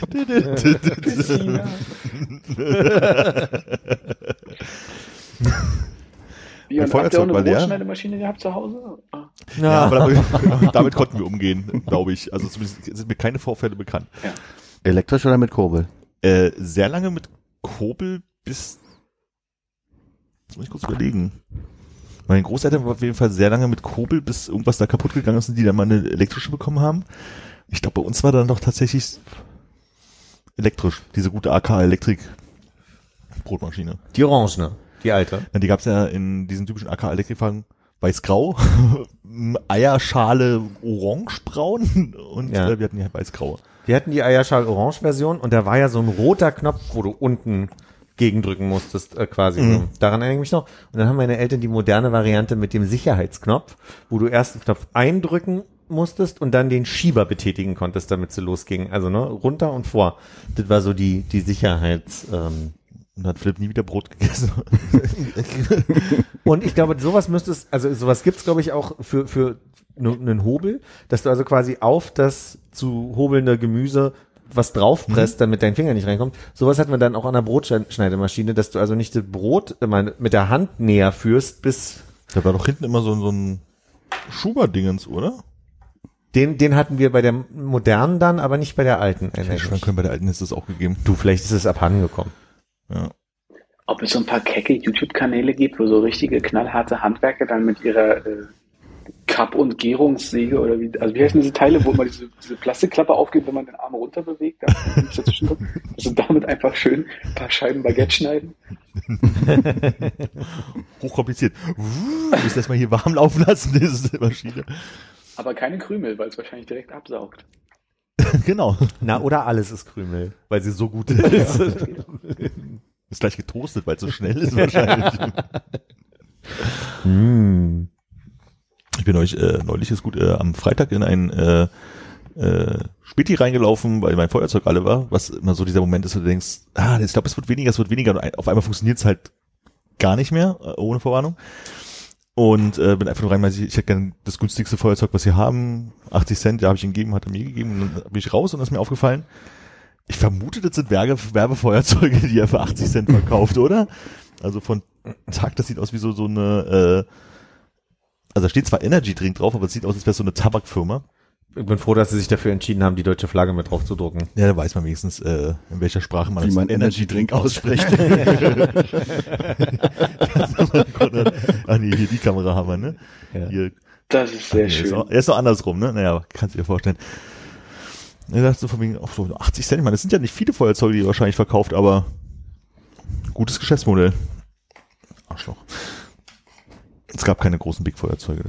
Wie, und habt ihr auch eine Brotschneidemaschine gehabt zu Hause? Ja, aber damit konnten wir umgehen, glaube ich. Also zumindest sind mir keine Vorfälle bekannt. Ja. Elektrisch oder mit Kurbel? Sehr lange mit Kurbel bis... Jetzt muss ich kurz überlegen. Meine Großeltern waren auf jeden Fall sehr lange mit Kurbel, bis irgendwas da kaputt gegangen ist und die dann mal eine elektrische bekommen haben. Ich glaube, bei uns war dann doch tatsächlich elektrisch, diese gute AK-Elektrik-Brotmaschine. Die Orange, die alte. Ja, die gab's ja in diesen typischen AK-Elektrikwagen weiß-grau, Eierschale orange-braun und wir hatten die weiß-graue. Wir hatten die Eierschale-Orange-Version und da war ja so ein roter Knopf, wo du unten gegendrücken musstest, quasi. Mhm. Daran erinnere ich mich noch. Und dann haben meine Eltern die moderne Variante mit dem Sicherheitsknopf, wo du erst den Knopf eindrücken musstest und dann den Schieber betätigen konntest, damit sie losging. Also runter und vor. Das war so die Sicherheits... Und hat Philipp nie wieder Brot gegessen. Und ich glaube, sowas sowas gibt's, glaube ich, auch für einen Hobel, dass du also quasi auf das zu hobelnde Gemüse was draufpresst, damit dein Finger nicht reinkommt. Sowas hat man dann auch an der Brotschneidemaschine, dass du also nicht das Brot immer mit der Hand näher führst, bis... Da war doch hinten immer so ein Schuber-Dingens, oder? Den hatten wir bei der modernen dann, aber nicht bei der alten. Bei der alten ist es auch gegeben. Du, vielleicht ist es abhanden gekommen. Ja. Ob es so ein paar kecke YouTube-Kanäle gibt, wo so richtige knallharte Handwerker dann mit ihrer Kapp- und Gärungssäge oder wie heißen diese Teile, wo man diese Plastikklappe aufgeht, wenn man den Arm runter bewegt, also damit einfach schön ein paar Scheiben Baguette schneiden. Hochkompliziert. Du musst erstmal hier warm laufen lassen, diese Maschine. Aber keine Krümel, weil es wahrscheinlich direkt absaugt. Genau. Na, oder alles ist Krümel, weil sie so gut ist. Ist gleich getoastet, weil es so schnell ist wahrscheinlich. Ich bin neulich ist gut am Freitag in ein Späti reingelaufen, weil mein Feuerzeug alle war, was immer so dieser Moment ist, wo du denkst, ich glaube, es wird weniger und auf einmal funktioniert es halt gar nicht mehr, ohne Verwarnung. Und bin einfach nur rein, ich hätte gerne das günstigste Feuerzeug, was sie haben, 80 Cent, ja, habe ich ihm gegeben, hat er mir gegeben, und dann bin ich raus und das ist mir aufgefallen. Ich vermute, das sind Werbefeuerzeuge, die er für 80 Cent verkauft, oder? Also von Tag, das sieht aus wie so eine, also da steht zwar Energy Drink drauf, aber es sieht aus, als wäre es so eine Tabakfirma. Ich bin froh, dass sie sich dafür entschieden haben, die deutsche Flagge mit drauf zu drucken. Ja, da weiß man wenigstens, in welcher Sprache man wie man Energy Drink ausspricht. Ach nee, hier die Kamera haben wir, ne? Ja. Hier. Das ist sehr schön. Er ist doch andersrum, ne? Naja, kannst du dir vorstellen. Er sagt so von wegen, auch so 80 Cent, ich meine, das sind ja nicht viele Feuerzeuge, die er wahrscheinlich verkauft, aber gutes Geschäftsmodell. Arschloch. Es gab keine großen Big-Feuerzeuge.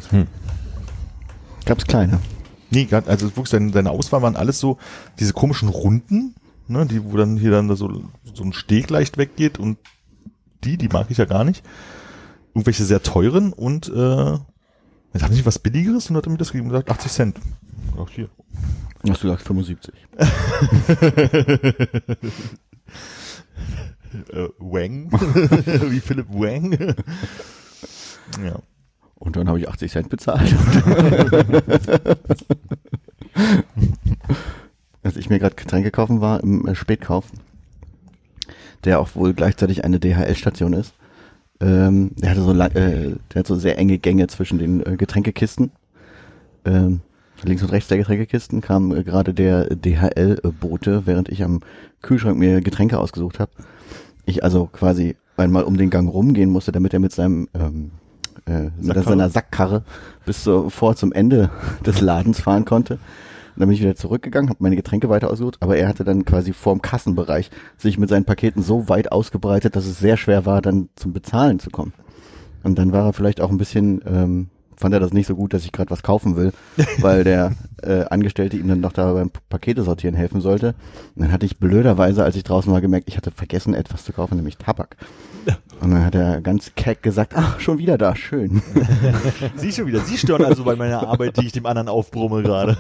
Gab's kleine? Nee, also wirklich seine Auswahl waren alles so diese komischen Runden, ne, die, wo dann hier dann so ein Steg leicht weggeht und die mag ich ja gar nicht. Irgendwelche sehr teuren und jetzt haben sie was Billigeres und hat mir das gegeben und gesagt 80 Cent. Auch hier. Hast du gesagt 75? Wang. Wie Philipp Wang. Ja. Und dann habe ich 80 Cent bezahlt. Als ich mir gerade Getränke kaufen war im Spätkauf, der auch wohl gleichzeitig eine DHL-Station ist, der hatte der hat so sehr enge Gänge zwischen den Getränkekisten. Links und rechts der Getränkekisten kam gerade der DHL-Bote, während ich am Kühlschrank mir Getränke ausgesucht habe. Ich also quasi einmal um den Gang rumgehen musste, damit er mit seinem mit seiner Sackkarre bis vor zum Ende des Ladens fahren konnte. Und dann bin ich wieder zurückgegangen, habe meine Getränke weiter ausgesucht, aber er hatte dann quasi vorm Kassenbereich sich mit seinen Paketen so weit ausgebreitet, dass es sehr schwer war, dann zum Bezahlen zu kommen. Und dann war er vielleicht auch ein bisschen, fand er das nicht so gut, dass ich gerade was kaufen will, weil der Angestellte ihm dann noch da beim Pakete sortieren helfen sollte. Und dann hatte ich blöderweise, als ich draußen war, gemerkt, ich hatte vergessen, etwas zu kaufen, nämlich Tabak. Und dann hat er ganz keck gesagt, ach, schon wieder da, schön. Sie schon wieder, Sie stören also bei meiner Arbeit, die ich dem anderen aufbrumme gerade.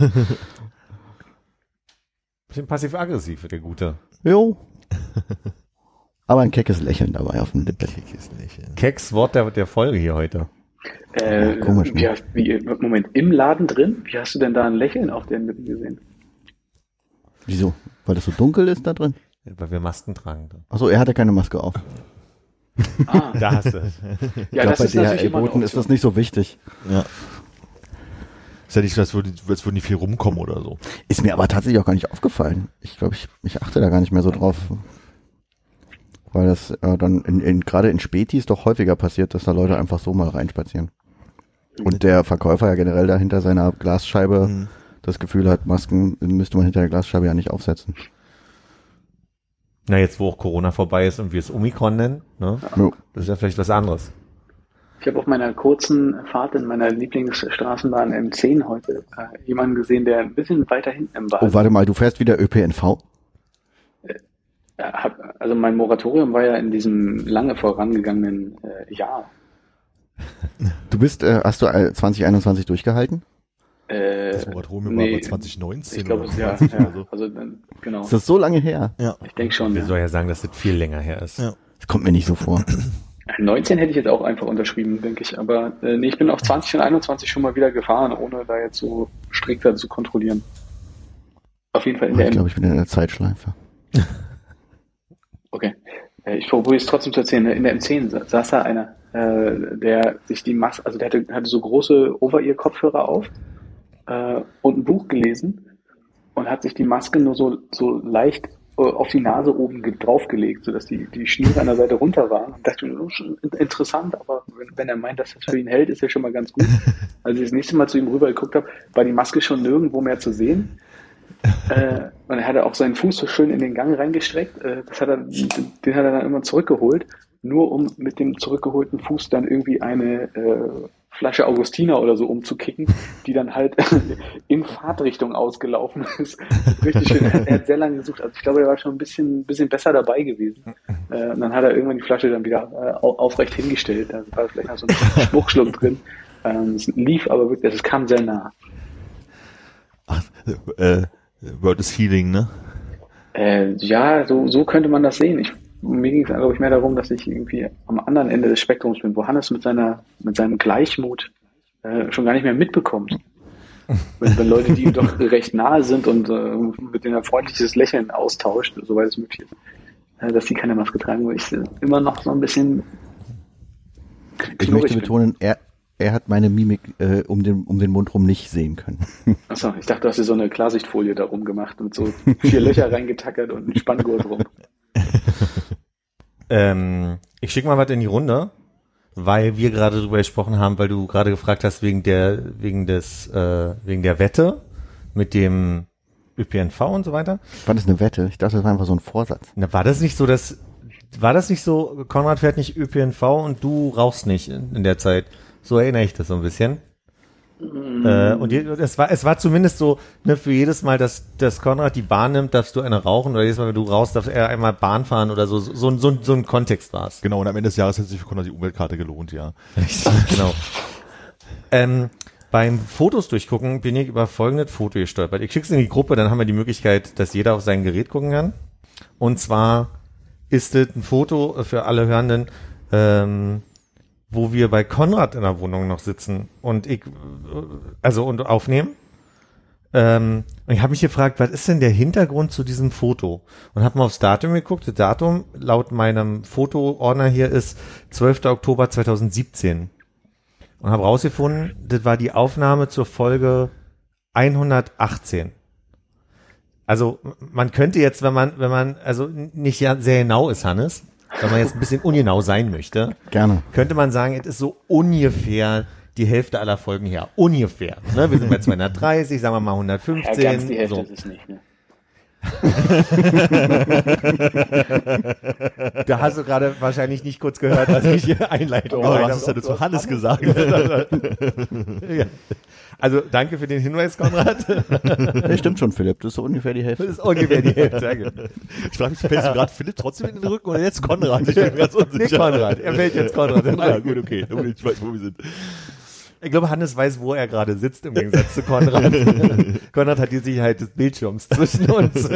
Bisschen passiv-aggressiv, der Gute. Jo. Aber ein keckes Lächeln dabei auf dem Lippen. Keks Wort der Folge hier heute. Komisch, ne? Moment, im Laden drin? Wie hast du denn da ein Lächeln auf den Lippen gesehen? Wieso? Weil das so dunkel ist da drin? Weil wir Masken tragen. Achso, er hatte keine Maske auf. Ah, Da hast du. ja, Ich das glaube, ist bei natürlich immer eine DHL-Boten ist das nicht so wichtig. Ja. Ist ja nicht so, als würden die viel rumkommen oder so. Ist mir aber tatsächlich auch gar nicht aufgefallen. Ich glaube, ich achte da gar nicht mehr so drauf. Weil das dann gerade in Spätis doch häufiger passiert, dass da Leute einfach so mal reinspazieren. Und der Verkäufer ja generell da hinter seiner Glasscheibe das Gefühl hat, Masken müsste man hinter der Glasscheibe ja nicht aufsetzen. Na, jetzt wo auch Corona vorbei ist und wir es Omikron nennen, ne? Jo. Das ist ja vielleicht was anderes. Ich habe auf meiner kurzen Fahrt in meiner Lieblingsstraßenbahn M10 heute jemanden gesehen, der ein bisschen weiter hinten im Wald. Oh, warte mal, du fährst wieder ÖPNV? Also mein Moratorium war ja in diesem lange vorangegangenen Jahr. Du hast du 2021 durchgehalten? Das Moratorium war aber 2019 Ich glaube, oder ja, 20 ja. oder so. Also dann, genau. Ist das so lange her? Ja. Ich denke schon. Wir Ja. sollen ja sagen, dass das viel länger her ist. Ja. Das kommt mir nicht so vor. 19 hätte ich jetzt auch einfach unterschrieben, denke ich. Aber nee, ich bin auch 20 und 21 schon mal wieder gefahren, ohne da jetzt so strikter zu kontrollieren. Auf jeden Fall in der Ich glaube, ich bin in der Zeitschleife. Okay. Ich probiere es trotzdem zu erzählen. In der M10 saß da einer, der sich die Maske, also der hatte so große Over-Ear-Kopfhörer auf und ein Buch gelesen und hat sich die Maske nur so leicht auf die Nase oben draufgelegt, sodass die Schnüre an der Seite runter waren. Und dachte, das ist interessant, aber wenn er meint, dass das für ihn hält, ist ja schon mal ganz gut. Als ich das nächste Mal zu ihm rüber geguckt habe, war die Maske schon nirgendwo mehr zu sehen. Und er hatte auch seinen Fuß so schön in den Gang reingestreckt. Den hat er dann immer zurückgeholt, nur um mit dem zurückgeholten Fuß dann irgendwie eine Flasche Augustiner oder so umzukicken, die dann halt in Fahrtrichtung ausgelaufen ist. Richtig schön. Er hat sehr lange gesucht. Also ich glaube, er war schon ein bisschen besser dabei gewesen. Und dann hat er irgendwann die Flasche dann wieder aufrecht hingestellt. Da war vielleicht noch so ein Schmuckschluck drin. Es lief aber wirklich, es kam sehr nah. Ach, World is Healing, ne? Ja, so könnte man das sehen. Mir ging es, glaube ich, mehr darum, dass ich irgendwie am anderen Ende des Spektrums bin, wo Hannes mit seinem Gleichmut schon gar nicht mehr mitbekommt. Wenn Leute, die ihm doch recht nahe sind und mit denen er freundliches Lächeln austauscht, soweit es möglich ist, dass die keine Maske tragen, wo ich immer noch so ein bisschen Ich möchte betonen, er hat meine Mimik um den Mund rum nicht sehen können. Achso, ich dachte, du hast dir so eine Klarsichtfolie da rum gemacht mit so 4 Löcher reingetackert und ein Spanngurt rum. Ich schicke mal was in die Runde, weil wir gerade drüber gesprochen haben, weil du gerade gefragt hast wegen der Wette mit dem ÖPNV und so weiter. War das eine Wette? Ich dachte, das war einfach so ein Vorsatz. Na, war das nicht so, Konrad fährt nicht ÖPNV und du rauchst nicht in der Zeit? So erinnere ich das so ein bisschen. Und es war zumindest so, ne, für jedes Mal, dass Konrad die Bahn nimmt, darfst du eine rauchen, oder jedes Mal, wenn du raus, darfst er einmal Bahn fahren oder so ein Kontext war es. Genau, und am Ende des Jahres hat sich für Konrad die Umweltkarte gelohnt, ja. Richtig, genau. Beim Fotos durchgucken bin ich über folgendes Foto gestolpert. Ich schick's in die Gruppe, dann haben wir die Möglichkeit, dass jeder auf sein Gerät gucken kann. Und zwar ist es ein Foto für alle Hörenden, wo wir bei Konrad in der Wohnung noch sitzen und und aufnehmen. Und ich habe mich gefragt, was ist denn der Hintergrund zu diesem Foto? Und habe mal aufs Datum geguckt. Das Datum laut meinem Fotoordner hier ist 12. Oktober 2017. Und habe rausgefunden, das war die Aufnahme zur Folge 118. Also man könnte jetzt, wenn man also nicht sehr genau ist, Hannes, wenn man jetzt ein bisschen ungenau sein möchte, Gerne. könnte man sagen, es ist so ungefähr die Hälfte aller Folgen her. Ungefähr. Ne? Wir sind bei 230, sagen wir mal 115. Ja, ganz die Hälfte so. ist es nicht, ne? Da hast du gerade wahrscheinlich nicht kurz gehört, als ich hier Einleitung Aber du gemacht hast es ja habe. zu Hannes gesagt. Ja. Also danke für den Hinweis, Konrad. Das stimmt schon, Philipp. Das ist so ungefähr die Hälfte. Das ist ungefähr die Hälfte. Danke. Ich frage mich, fällst du gerade Philipp trotzdem in den Rücken oder jetzt Konrad? Ich bin ganz unsicher. Nicht Konrad. Er fällt jetzt Konrad. Ja, gut, okay. Ich weiß, wo wir sind. Ich glaube, Hannes weiß, wo er gerade sitzt, im Gegensatz zu Konrad. Konrad hat die Sicherheit des Bildschirms zwischen uns.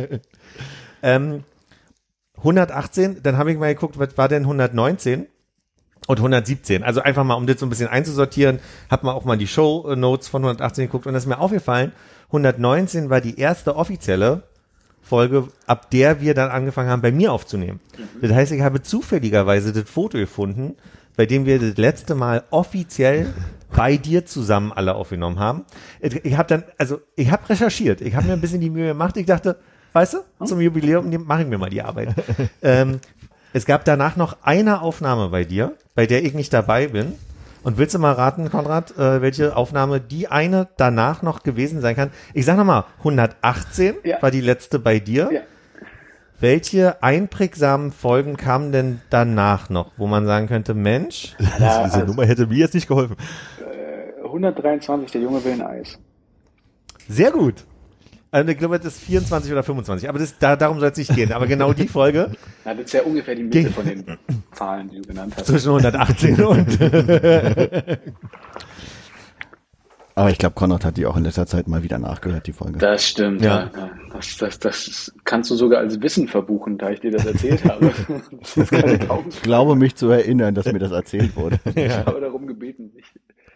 118, dann habe ich mal geguckt, was war denn 119 und 117. Also einfach mal, um das so ein bisschen einzusortieren, habe mal auch mal die Show-Notes von 118 geguckt und das ist mir aufgefallen, 119 war die erste offizielle Folge, ab der wir dann angefangen haben, bei mir aufzunehmen. Das heißt, ich habe zufälligerweise das Foto gefunden, bei dem wir das letzte Mal offiziell bei dir zusammen alle aufgenommen haben. Ich habe recherchiert, ich habe mir ein bisschen die Mühe gemacht, ich dachte, weißt du, zum Jubiläum mache ich mir mal die Arbeit. Es gab danach noch eine Aufnahme bei dir, bei der ich nicht dabei bin. Und willst du mal raten, Konrad, welche Aufnahme die eine danach noch gewesen sein kann? Ich sag nochmal, 118 war die letzte bei dir. Ja. Welche einprägsamen Folgen kamen denn danach noch, wo man sagen könnte, Mensch? Diese Nummer hätte mir jetzt nicht geholfen. 123, der Junge will ein Eis. Sehr gut. Also ich glaube, das ist 24 oder 25, aber darum soll es nicht gehen. Aber genau die Folge. Na, das ist ja ungefähr die Mitte von den Zahlen, die du genannt hast. Zwischen 118 und... Aber ich glaube, Konrad hat die auch in letzter Zeit mal wieder nachgehört, die Folge. Das stimmt, ja. Das kannst du sogar als Wissen verbuchen, da ich dir das erzählt habe. Das ist keine Ich glaube, mich zu erinnern, dass mir das erzählt wurde. Ich habe darum gebeten, nicht.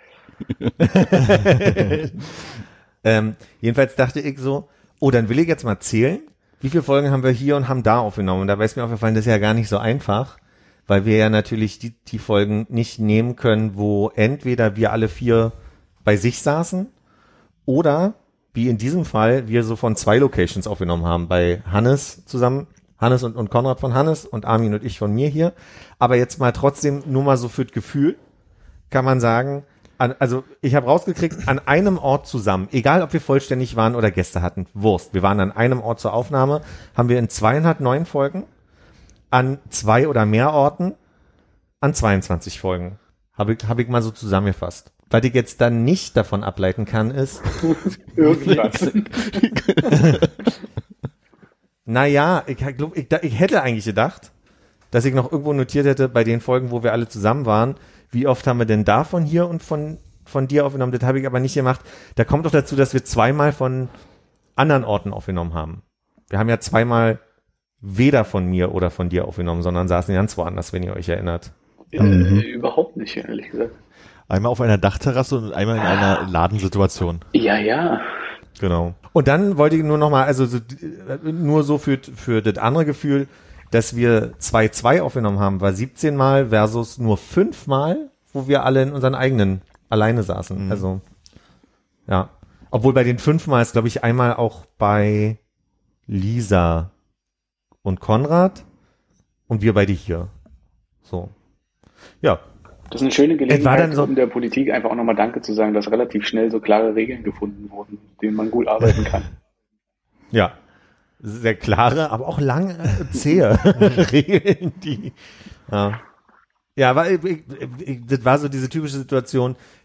Jedenfalls dachte ich so, dann will ich jetzt mal zählen, wie viele Folgen haben wir hier und haben da aufgenommen. Und da ist mir aufgefallen, das ist ja gar nicht so einfach, weil wir ja natürlich die Folgen nicht nehmen können, wo entweder wir alle 4 bei sich saßen oder, wie in diesem Fall, wir so von 2 Locations aufgenommen haben, bei Hannes zusammen, Hannes und Konrad von Hannes und Armin und ich von mir hier. Aber jetzt mal trotzdem, nur mal so für das Gefühl, kann man sagen, also ich habe rausgekriegt, an einem Ort zusammen, egal ob wir vollständig waren oder Gäste hatten, Wurst, wir waren an einem Ort zur Aufnahme, haben wir in 209 Folgen, an 2 oder mehr Orten, an 22 Folgen. Hab ich mal so zusammengefasst. Was ich jetzt dann nicht davon ableiten kann, ist... Irgendwas. Naja, ich hätte eigentlich gedacht, dass ich noch irgendwo notiert hätte, bei den Folgen, wo wir alle zusammen waren, wie oft haben wir denn davon hier und von dir aufgenommen? Das habe ich aber nicht gemacht. Da kommt doch dazu, dass wir 2-mal von anderen Orten aufgenommen haben. Wir haben ja 2-mal weder von mir oder von dir aufgenommen, sondern saßen ganz woanders, wenn ihr euch erinnert. Überhaupt nicht, ehrlich gesagt. Einmal auf einer Dachterrasse und einmal in einer Ladensituation. Ja. Genau. Und dann wollte ich nur noch mal, also nur so für das andere Gefühl, dass wir 2 aufgenommen haben, war 17 Mal versus nur 5 Mal, wo wir alle in unseren eigenen alleine saßen. Mhm. Also, ja. Obwohl bei den 5 Mal ist, glaube ich, einmal auch bei Lisa und Konrad und wir beide hier. So. Ja. Das ist eine schöne Gelegenheit, so um der Politik einfach auch nochmal Danke zu sagen, dass relativ schnell so klare Regeln gefunden wurden, mit denen man gut arbeiten kann. Ja. Sehr klare, aber auch lange zähe Regeln, die, ja, aber das war so diese typische Situation,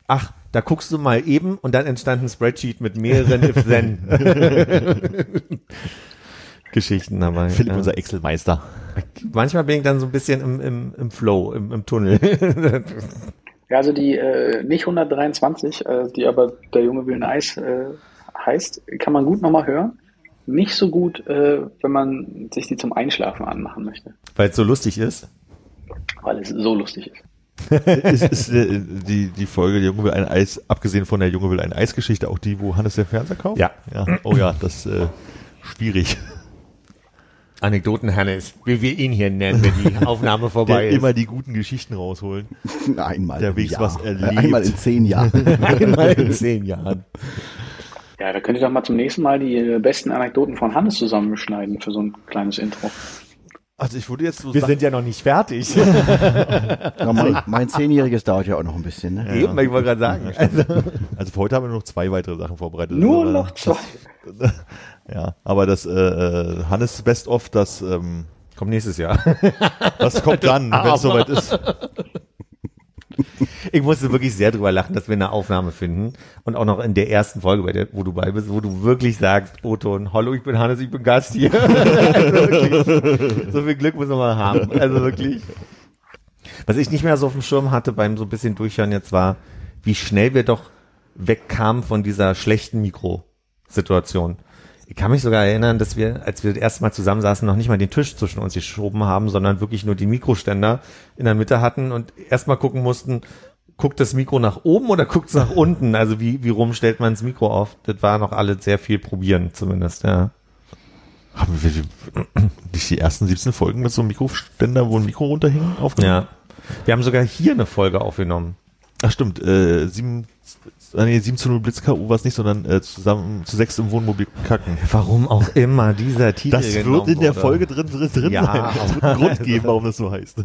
ach, da guckst du mal eben und dann entstand ein Spreadsheet mit mehreren If-Then Geschichten dabei. Philipp, unser Excel-Meister. Manchmal bin ich dann so ein bisschen im Flow, im Tunnel. Ja, also die nicht 123, die aber Der Junge will ein Eis heißt, kann man gut nochmal hören. Nicht so gut, wenn man sich die zum Einschlafen anmachen möchte. Weil es so lustig ist. Weil es so lustig ist. Ist die Folge Der Junge will ein Eis, abgesehen von Der Junge will ein Eis-Geschichte, auch die, wo Hannes den Fernseher kauft? Ja. Oh ja, das ist schwierig. Anekdoten Hannes, wie wir ihn hier nennen, wenn die Aufnahme vorbei Der ist. immer die guten Geschichten rausholen. Einmal Der im wenigstens Jahr. was erlebt. Einmal in 10 Jahren. Einmal in 10 Jahren. Ja, da könnt ihr doch mal zum nächsten Mal die besten Anekdoten von Hannes zusammenschneiden für so ein kleines Intro. Also ich würde jetzt so Wir sind ja noch nicht fertig. Ja, mein 10-Jähriges dauert ja auch noch ein bisschen. Ne? Eben, ich wollte gerade sagen. Also für heute haben wir nur noch 2 weitere Sachen vorbereitet. Nur Aber noch 2. Ja, aber das Hannes Best-of, das Kommt nächstes Jahr. was kommt dann, wenn es soweit ist? Ich musste wirklich sehr drüber lachen, dass wir eine Aufnahme finden und auch noch in der ersten Folge, wo du bei bist, wo du wirklich sagst, O-Ton, hallo, ich bin Hannes, ich bin Gast hier. Also wirklich, so viel Glück muss man mal haben. Also wirklich. Was ich nicht mehr so auf dem Schirm hatte beim so ein bisschen Durchhören jetzt war, wie schnell wir doch wegkamen von dieser schlechten Mikrosituation. Ich kann mich sogar erinnern, dass wir, als wir das erste Mal zusammensaßen, noch nicht mal den Tisch zwischen uns geschoben haben, sondern wirklich nur den Mikroständer in der Mitte hatten und erstmal gucken mussten, guckt das Mikro nach oben oder guckt es nach unten? Also wie rum stellt man das Mikro auf? Das war noch alle sehr viel probieren zumindest, ja. Haben wir nicht die ersten 17 Folgen mit so einem Mikroständer, wo ein Mikro runterhing, aufgenommen? Ja. Wir haben sogar hier eine Folge aufgenommen. Ach stimmt, 7:0 Blitz-K.O. war es nicht, sondern zusammen zu 6 im Wohnmobil kacken. Warum auch immer dieser Titel Das wird genommen in der wurde. Folge drin Ja, sein. Es wird einen Grund geben, warum das so heißt.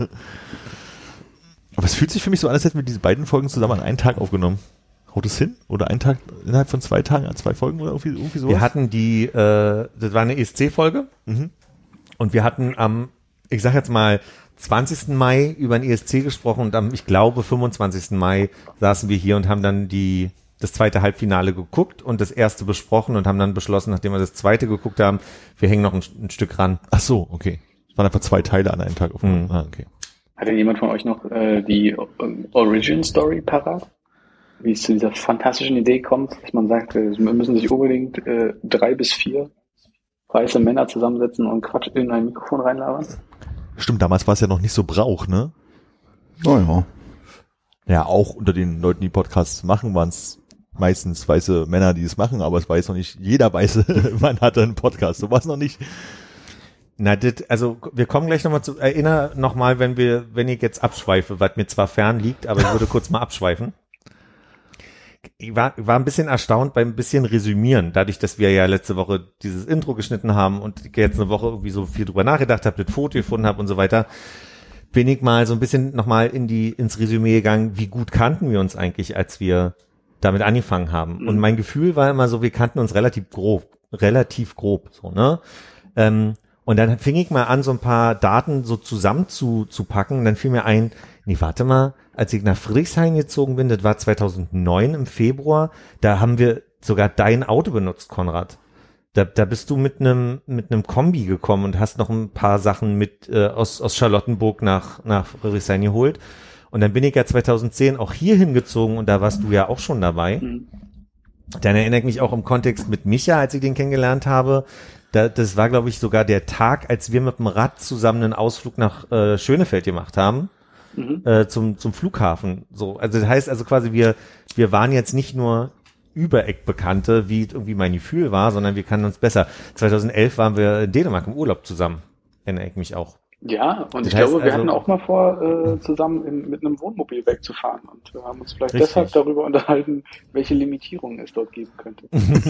Aber es fühlt sich für mich so an, als hätten wir diese beiden Folgen zusammen an einen Tag aufgenommen. Haut es hin? Oder einen Tag, innerhalb von 2 Tagen an 2 Folgen oder irgendwie sowas? Wir hatten das war eine ESC-Folge und wir hatten am, ich sag jetzt mal, 20. Mai über den ESC gesprochen und am, ich glaube, 25. Mai saßen wir hier und haben dann das zweite Halbfinale geguckt und das erste besprochen und haben dann beschlossen, nachdem wir das zweite geguckt haben, wir hängen noch ein Stück ran. Ach so, okay. Es waren einfach 2 Teile an einem Tag aufgenommen. Mhm. Ah, okay. Hat denn jemand von euch noch die Origin-Story parat? Wie es zu dieser fantastischen Idee kommt, dass man sagt, wir müssen sich unbedingt 3 bis 4 weiße Männer zusammensetzen und Quatsch in ein Mikrofon reinlabern? Stimmt, damals war es ja noch nicht so Brauch, ne? Oh ja. Ja, auch unter den Leuten, die Podcasts machen, waren es meistens weiße Männer, die es machen, aber es war jetzt noch nicht, jeder weiße Mann hatte einen Podcast, so war es noch nicht. Na, also wir kommen gleich nochmal zu, erinnere nochmal, wenn ich jetzt abschweife, was mir zwar fern liegt, aber ich würde kurz mal abschweifen. Ich war ein bisschen erstaunt beim bisschen Resümieren, dadurch, dass wir ja letzte Woche dieses Intro geschnitten haben und ich jetzt eine Woche irgendwie so viel drüber nachgedacht habe, das Foto gefunden habe und so weiter, bin ich mal so ein bisschen nochmal ins Resümee gegangen, wie gut kannten wir uns eigentlich, als wir damit angefangen haben. Und mein Gefühl war immer so, wir kannten uns relativ grob, so, ne? Und dann fing ich mal an, so ein paar Daten so zusammen zu packen. Und dann fiel mir ein, nee, warte mal, als ich nach Friedrichshain gezogen bin, das war 2009 im Februar, da haben wir sogar dein Auto benutzt, Konrad. Da bist du mit einem Kombi gekommen und hast noch ein paar Sachen mit aus Charlottenburg nach Friedrichshain geholt. Und dann bin ich ja 2010 auch hier hingezogen und da warst du ja auch schon dabei. Dann erinnere ich mich auch im Kontext mit Micha, als ich den kennengelernt habe. Das war, glaube ich, sogar der Tag, als wir mit dem Rad zusammen einen Ausflug nach Schönefeld gemacht haben, zum Flughafen. So, also das heißt also quasi, wir waren jetzt nicht nur Übereck-Bekannte, wie irgendwie mein Gefühl war, sondern wir kannten uns besser. 2011 waren wir in Dänemark im Urlaub zusammen, erinnere ich mich auch. Ja, und Das ich heißt glaube, wir also- hatten auch mal vor, zusammen mit einem Wohnmobil wegzufahren und wir haben uns vielleicht Richtig. deshalb darüber unterhalten, welche Limitierungen es dort geben könnte.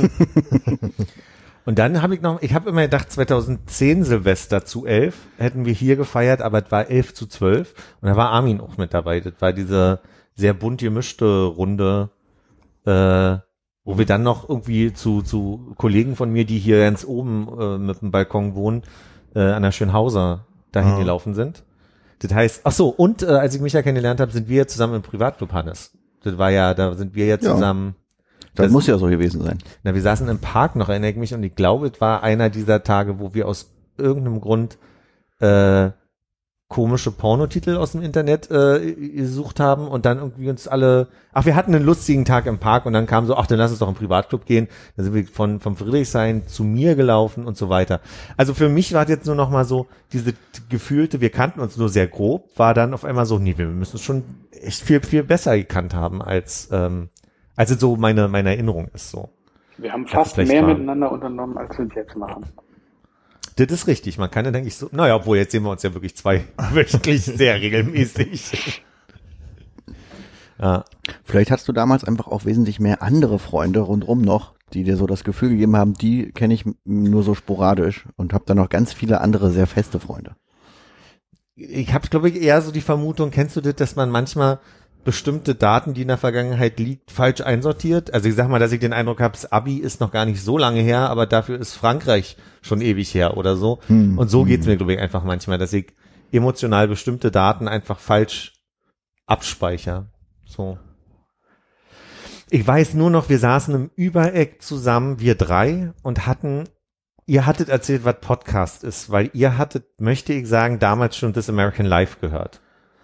Und dann ich habe immer gedacht, 2010 Silvester zu 11 hätten wir hier gefeiert, aber es war 11:12 und da war Armin auch mit dabei. Das war diese sehr bunt gemischte Runde, wo wir dann noch irgendwie zu Kollegen von mir, die hier ganz oben mit dem Balkon wohnen, an der Schönhauser dahin gelaufen sind. Das heißt, ach so, und als ich Micha kennengelernt habe, sind wir zusammen im Privatclub, Hannes. Das war ja, da sind wir ja zusammen. Das muss ja so gewesen sein. Na, wir saßen im Park noch, erinnere ich mich, und ich glaube, es war einer dieser Tage, wo wir aus irgendeinem Grund komische Pornotitel aus dem Internet gesucht haben und dann irgendwie uns alle, wir hatten einen lustigen Tag im Park und dann kam so, dann lass uns doch im Privatclub gehen. Dann sind wir vom Friedrichshain zu mir gelaufen und so weiter. Also für mich war das jetzt nur noch mal so, diese gefühlte, wir kannten uns nur sehr grob, war dann auf einmal so, nee, wir müssen es schon echt viel, viel besser gekannt haben, als es so meine Erinnerung ist so. Wir haben fast mehr miteinander unternommen, als wir es jetzt machen. Das ist richtig. Man kann ja, denke ich, so, obwohl jetzt sehen wir uns ja wirklich wöchentlich sehr regelmäßig. Ja. Vielleicht hast du damals einfach auch wesentlich mehr andere Freunde rundherum noch, die dir so das Gefühl gegeben haben, die kenne ich nur so sporadisch und habe dann noch ganz viele andere sehr feste Freunde. Ich habe, glaube ich, eher so die Vermutung, kennst du das, dass man manchmal bestimmte Daten, die in der Vergangenheit liegt, falsch einsortiert? Also ich sag mal, dass ich den Eindruck habe, das Abi ist noch gar nicht so lange her, aber dafür ist Frankreich schon ewig her oder so. Und so geht's mir, glaube ich, einfach manchmal, dass ich emotional bestimmte Daten einfach falsch abspeichere. So. Ich weiß nur noch, wir saßen im Übereck zusammen, wir drei, und ihr hattet erzählt, was Podcast ist, weil ihr hattet, möchte ich sagen, damals schon This American Life gehört.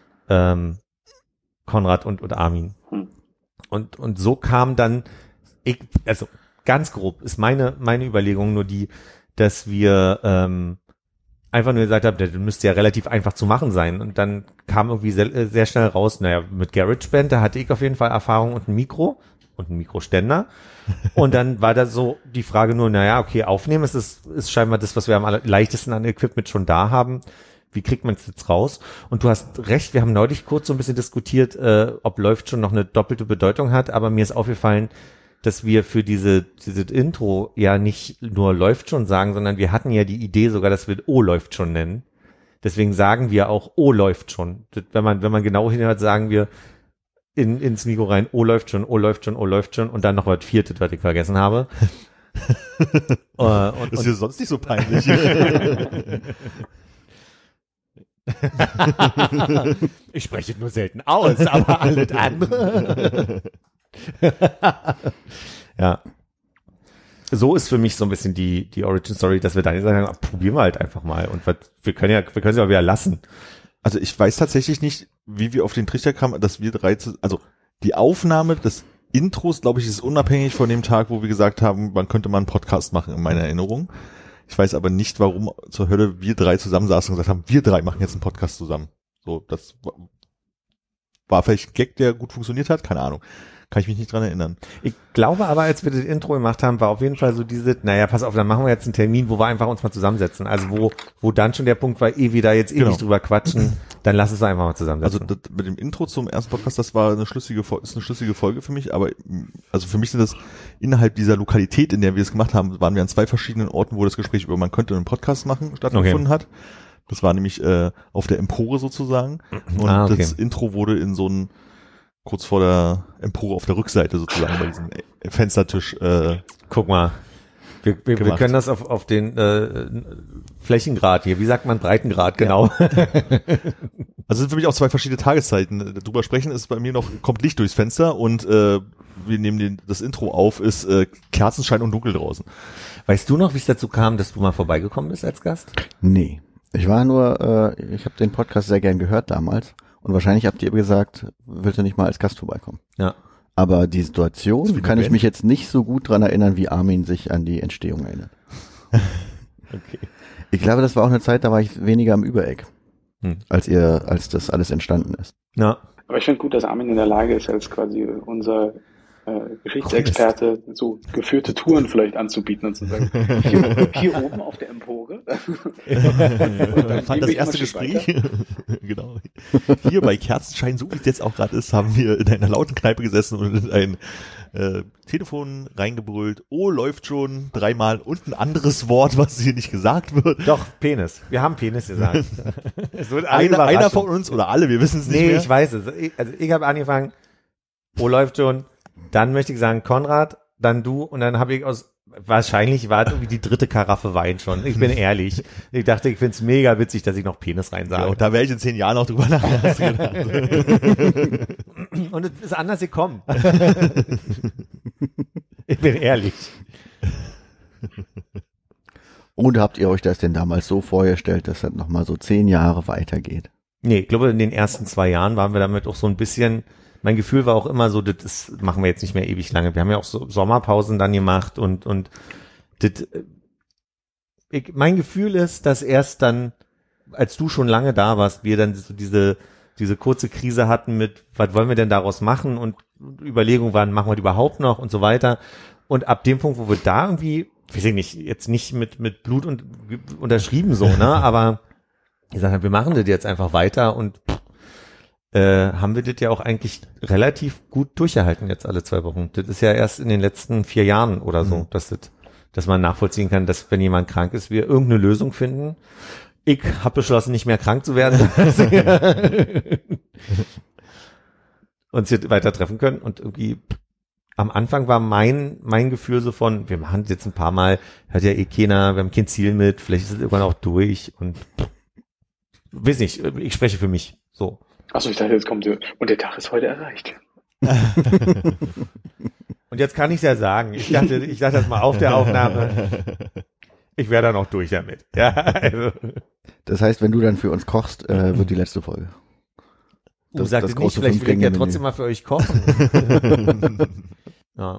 Konrad und Armin. Und so kam dann, also ganz grob ist meine Überlegung nur die, dass wir einfach nur gesagt haben, das müsste ja relativ einfach zu machen sein. Und dann kam irgendwie sehr, sehr schnell raus, mit GarageBand, da hatte ich auf jeden Fall Erfahrung und ein Mikro und einen Mikroständer. Und dann war da so die Frage nur, okay, aufnehmen ist scheinbar das, was wir am leichtesten an Equipment schon da haben. Wie kriegt man es jetzt raus? Und du hast recht, wir haben neulich kurz so ein bisschen diskutiert, ob läuft schon noch eine doppelte Bedeutung hat, aber mir ist aufgefallen, dass wir für diese Intro ja nicht nur läuft schon sagen, sondern wir hatten ja die Idee sogar, dass wir läuft schon nennen. Deswegen sagen wir auch läuft schon. Wenn man genau hinhört, sagen wir ins Mikro rein, läuft schon, läuft schon, läuft schon und dann noch was Viertes, was ich vergessen habe. Das ist ja sonst nicht so peinlich. Ich spreche nur selten aus, aber alles andere. Ja. So ist für mich so ein bisschen die Origin Story, dass wir dann sagen, probieren wir halt einfach mal und wir können sie auch wieder lassen. Also ich weiß tatsächlich nicht, wie wir auf den Trichter kamen, dass wir also die Aufnahme des Intros, glaube ich, ist unabhängig von dem Tag, wo wir gesagt haben, man könnte mal einen Podcast machen, in meiner Erinnerung. Ich weiß aber nicht, warum zur Hölle wir drei zusammensaßen und gesagt haben, wir drei machen jetzt einen Podcast zusammen. So, das war vielleicht ein Gag, der gut funktioniert hat, keine Ahnung. Kann ich mich nicht dran erinnern. Ich glaube aber, als wir das Intro gemacht haben, war auf jeden Fall so pass auf, dann machen wir jetzt einen Termin, wo wir einfach uns mal zusammensetzen. Also wo dann schon der Punkt war, wir da jetzt nicht drüber quatschen, dann lass es einfach mal zusammensetzen. Also mit dem Intro zum ersten Podcast, das war eine schlüssige Folge für mich, aber also für mich sind das innerhalb dieser Lokalität, in der wir es gemacht haben, waren wir an 2 verschiedenen Orten, wo das Gespräch über man könnte einen Podcast machen stattgefunden hat. Das war nämlich auf der Empore sozusagen und das Intro wurde in so ein kurz vor der Empore auf der Rückseite sozusagen bei diesem Fenstertisch. Guck mal, wir können das auf den Flächengrad hier, wie sagt man Breitengrad, genau. Ja. Also sind für mich auch 2 verschiedene Tageszeiten. Drüber sprechen ist bei mir noch, kommt Licht durchs Fenster und wir nehmen das Intro auf, ist Kerzenschein und dunkel draußen. Weißt du noch, wie es dazu kam, dass du mal vorbeigekommen bist als Gast? Nee. Ich habe den Podcast sehr gern gehört damals. Und wahrscheinlich habt ihr gesagt, willst du nicht mal als Gast vorbeikommen? Ja. Aber die Situation kann ich mich jetzt nicht so gut dran erinnern, wie Armin sich an die Entstehung erinnert. Okay. Ich glaube, das war auch eine Zeit, da war ich weniger am Übereck, als das alles entstanden ist. Ja. Aber ich finde gut, dass Armin in der Lage ist, als quasi unser Geschichtsexperte so geführte Touren vielleicht anzubieten und zu sagen, hier oben auf der Empore. Und fand das erste Gespräch. Genau. Hier bei Kerzenschein, so wie es jetzt auch gerade ist, haben wir in einer lauten Kneipe gesessen und in ein Telefon reingebrüllt. Läuft schon 3-mal und ein anderes Wort, was hier nicht gesagt wird. Doch, Penis. Wir haben Penis gesagt. Es wird einer von uns oder alle, wir wissen es nicht mehr. Nee, ich weiß es. Ich habe angefangen, läuft schon. Dann möchte ich sagen Konrad, dann du und dann habe ich aus Wahrscheinlich war irgendwie die 3. Karaffe Wein schon. Ich bin ehrlich. Ich dachte, ich find's mega witzig, dass ich noch Penis rein Ja, sage. und da wäre ich in 10 Jahren noch drüber nachgedacht. Und es ist anders gekommen. Ich bin ehrlich. Und habt ihr euch das denn damals so vorgestellt, dass das nochmal so 10 Jahre weitergeht? Nee, ich glaube, in den ersten 2 Jahren waren wir damit auch so ein bisschen, mein Gefühl war auch immer so, das machen wir jetzt nicht mehr ewig lange. Wir haben ja auch so Sommerpausen dann gemacht und das, mein Gefühl ist, dass erst dann, als du schon lange da warst, wir dann so diese kurze Krise hatten mit, was wollen wir denn daraus machen, und Überlegungen waren, machen wir das überhaupt noch und so weiter. Und ab dem Punkt, wo wir da irgendwie, weiß ich nicht, jetzt nicht mit Blut und unterschrieben so, ne, aber ich sage, wir machen das jetzt einfach weiter und haben wir das ja auch eigentlich relativ gut durchgehalten jetzt alle 2 Wochen. Das ist ja erst in den letzten 4 Jahren oder so, dass man nachvollziehen kann, dass wenn jemand krank ist, wir irgendeine Lösung finden. Ich habe beschlossen, nicht mehr krank zu werden. Uns hier weiter treffen können, und irgendwie am Anfang war mein Gefühl so von, wir machen das jetzt ein paar Mal, hat ja eh keiner, wir haben kein Ziel mit, vielleicht ist es irgendwann auch durch und weiß nicht, ich spreche für mich, so. Achso, ich dachte, jetzt kommt und der Tag ist heute erreicht. Und jetzt kann ich es ja sagen. Ich dachte das mal auf der Aufnahme. Ich wäre dann auch durch damit. Ja, also. Das heißt, wenn du dann für uns kochst, wird die letzte Folge. Das sagt nicht, vielleicht will ich ja trotzdem mal für euch kochen. Ja.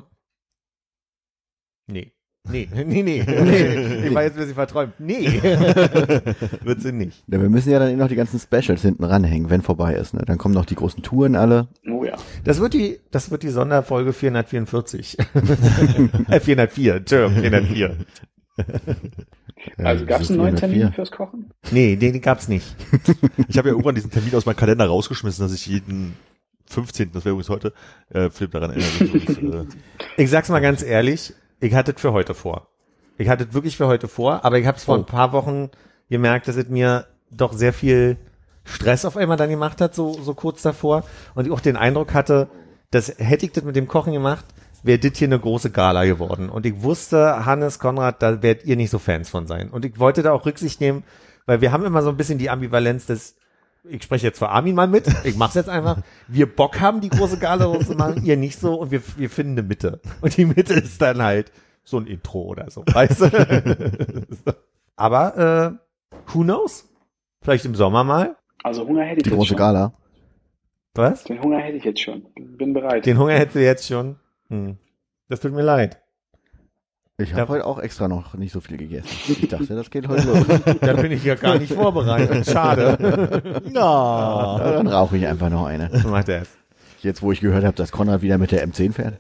Nee. Ich war jetzt ein bisschen verträumt. Nee. Wird sie nicht. Ja, wir müssen ja dann eben noch die ganzen Specials hinten ranhängen, wenn vorbei ist. Ne? Dann kommen noch die großen Touren alle. Oh ja. Das wird die Sonderfolge 444. 404, Entschuldigung, 404. Also gab es einen neuen Termin fürs Kochen? Nee, den gab's nicht. Ich habe ja irgendwann diesen Termin aus meinem Kalender rausgeschmissen, dass ich jeden 15., das wäre übrigens heute, Philipp daran erinnere. Ich sag's mal ganz ehrlich, ich hatte es für heute vor. Ich hatte es wirklich für heute vor, aber ich habe es vor ein paar Wochen gemerkt, dass es mir doch sehr viel Stress auf einmal dann gemacht hat, so kurz davor. Und ich auch den Eindruck hatte, dass hätte ich das mit dem Kochen gemacht, wäre das hier eine große Gala geworden. Und ich wusste, Hannes, Konrad, da werdet ihr nicht so Fans von sein. Und ich wollte da auch Rücksicht nehmen, weil wir haben immer so ein bisschen die Ambivalenz des, ich spreche jetzt für Armin mal mit, ich mach's jetzt einfach, wir Bock haben, die große Gala zu machen, ihr nicht so, und wir finden eine Mitte. Und die Mitte ist dann halt so ein Intro oder so, weißt du? Aber, who knows? Vielleicht im Sommer mal. Also Hunger hätte ich Die jetzt große schon. Gala. Was? Den Hunger hätte ich jetzt schon. Bin bereit. Den Hunger hättest du jetzt schon. Das tut mir leid. Ich habe heute auch extra noch nicht so viel gegessen. Ich dachte, das geht heute los. Da bin ich ja gar nicht vorbereitet. Schade. Ja, dann rauche ich einfach noch eine. So macht er es. Jetzt, wo ich gehört habe, dass Konrad wieder mit der M10 fährt.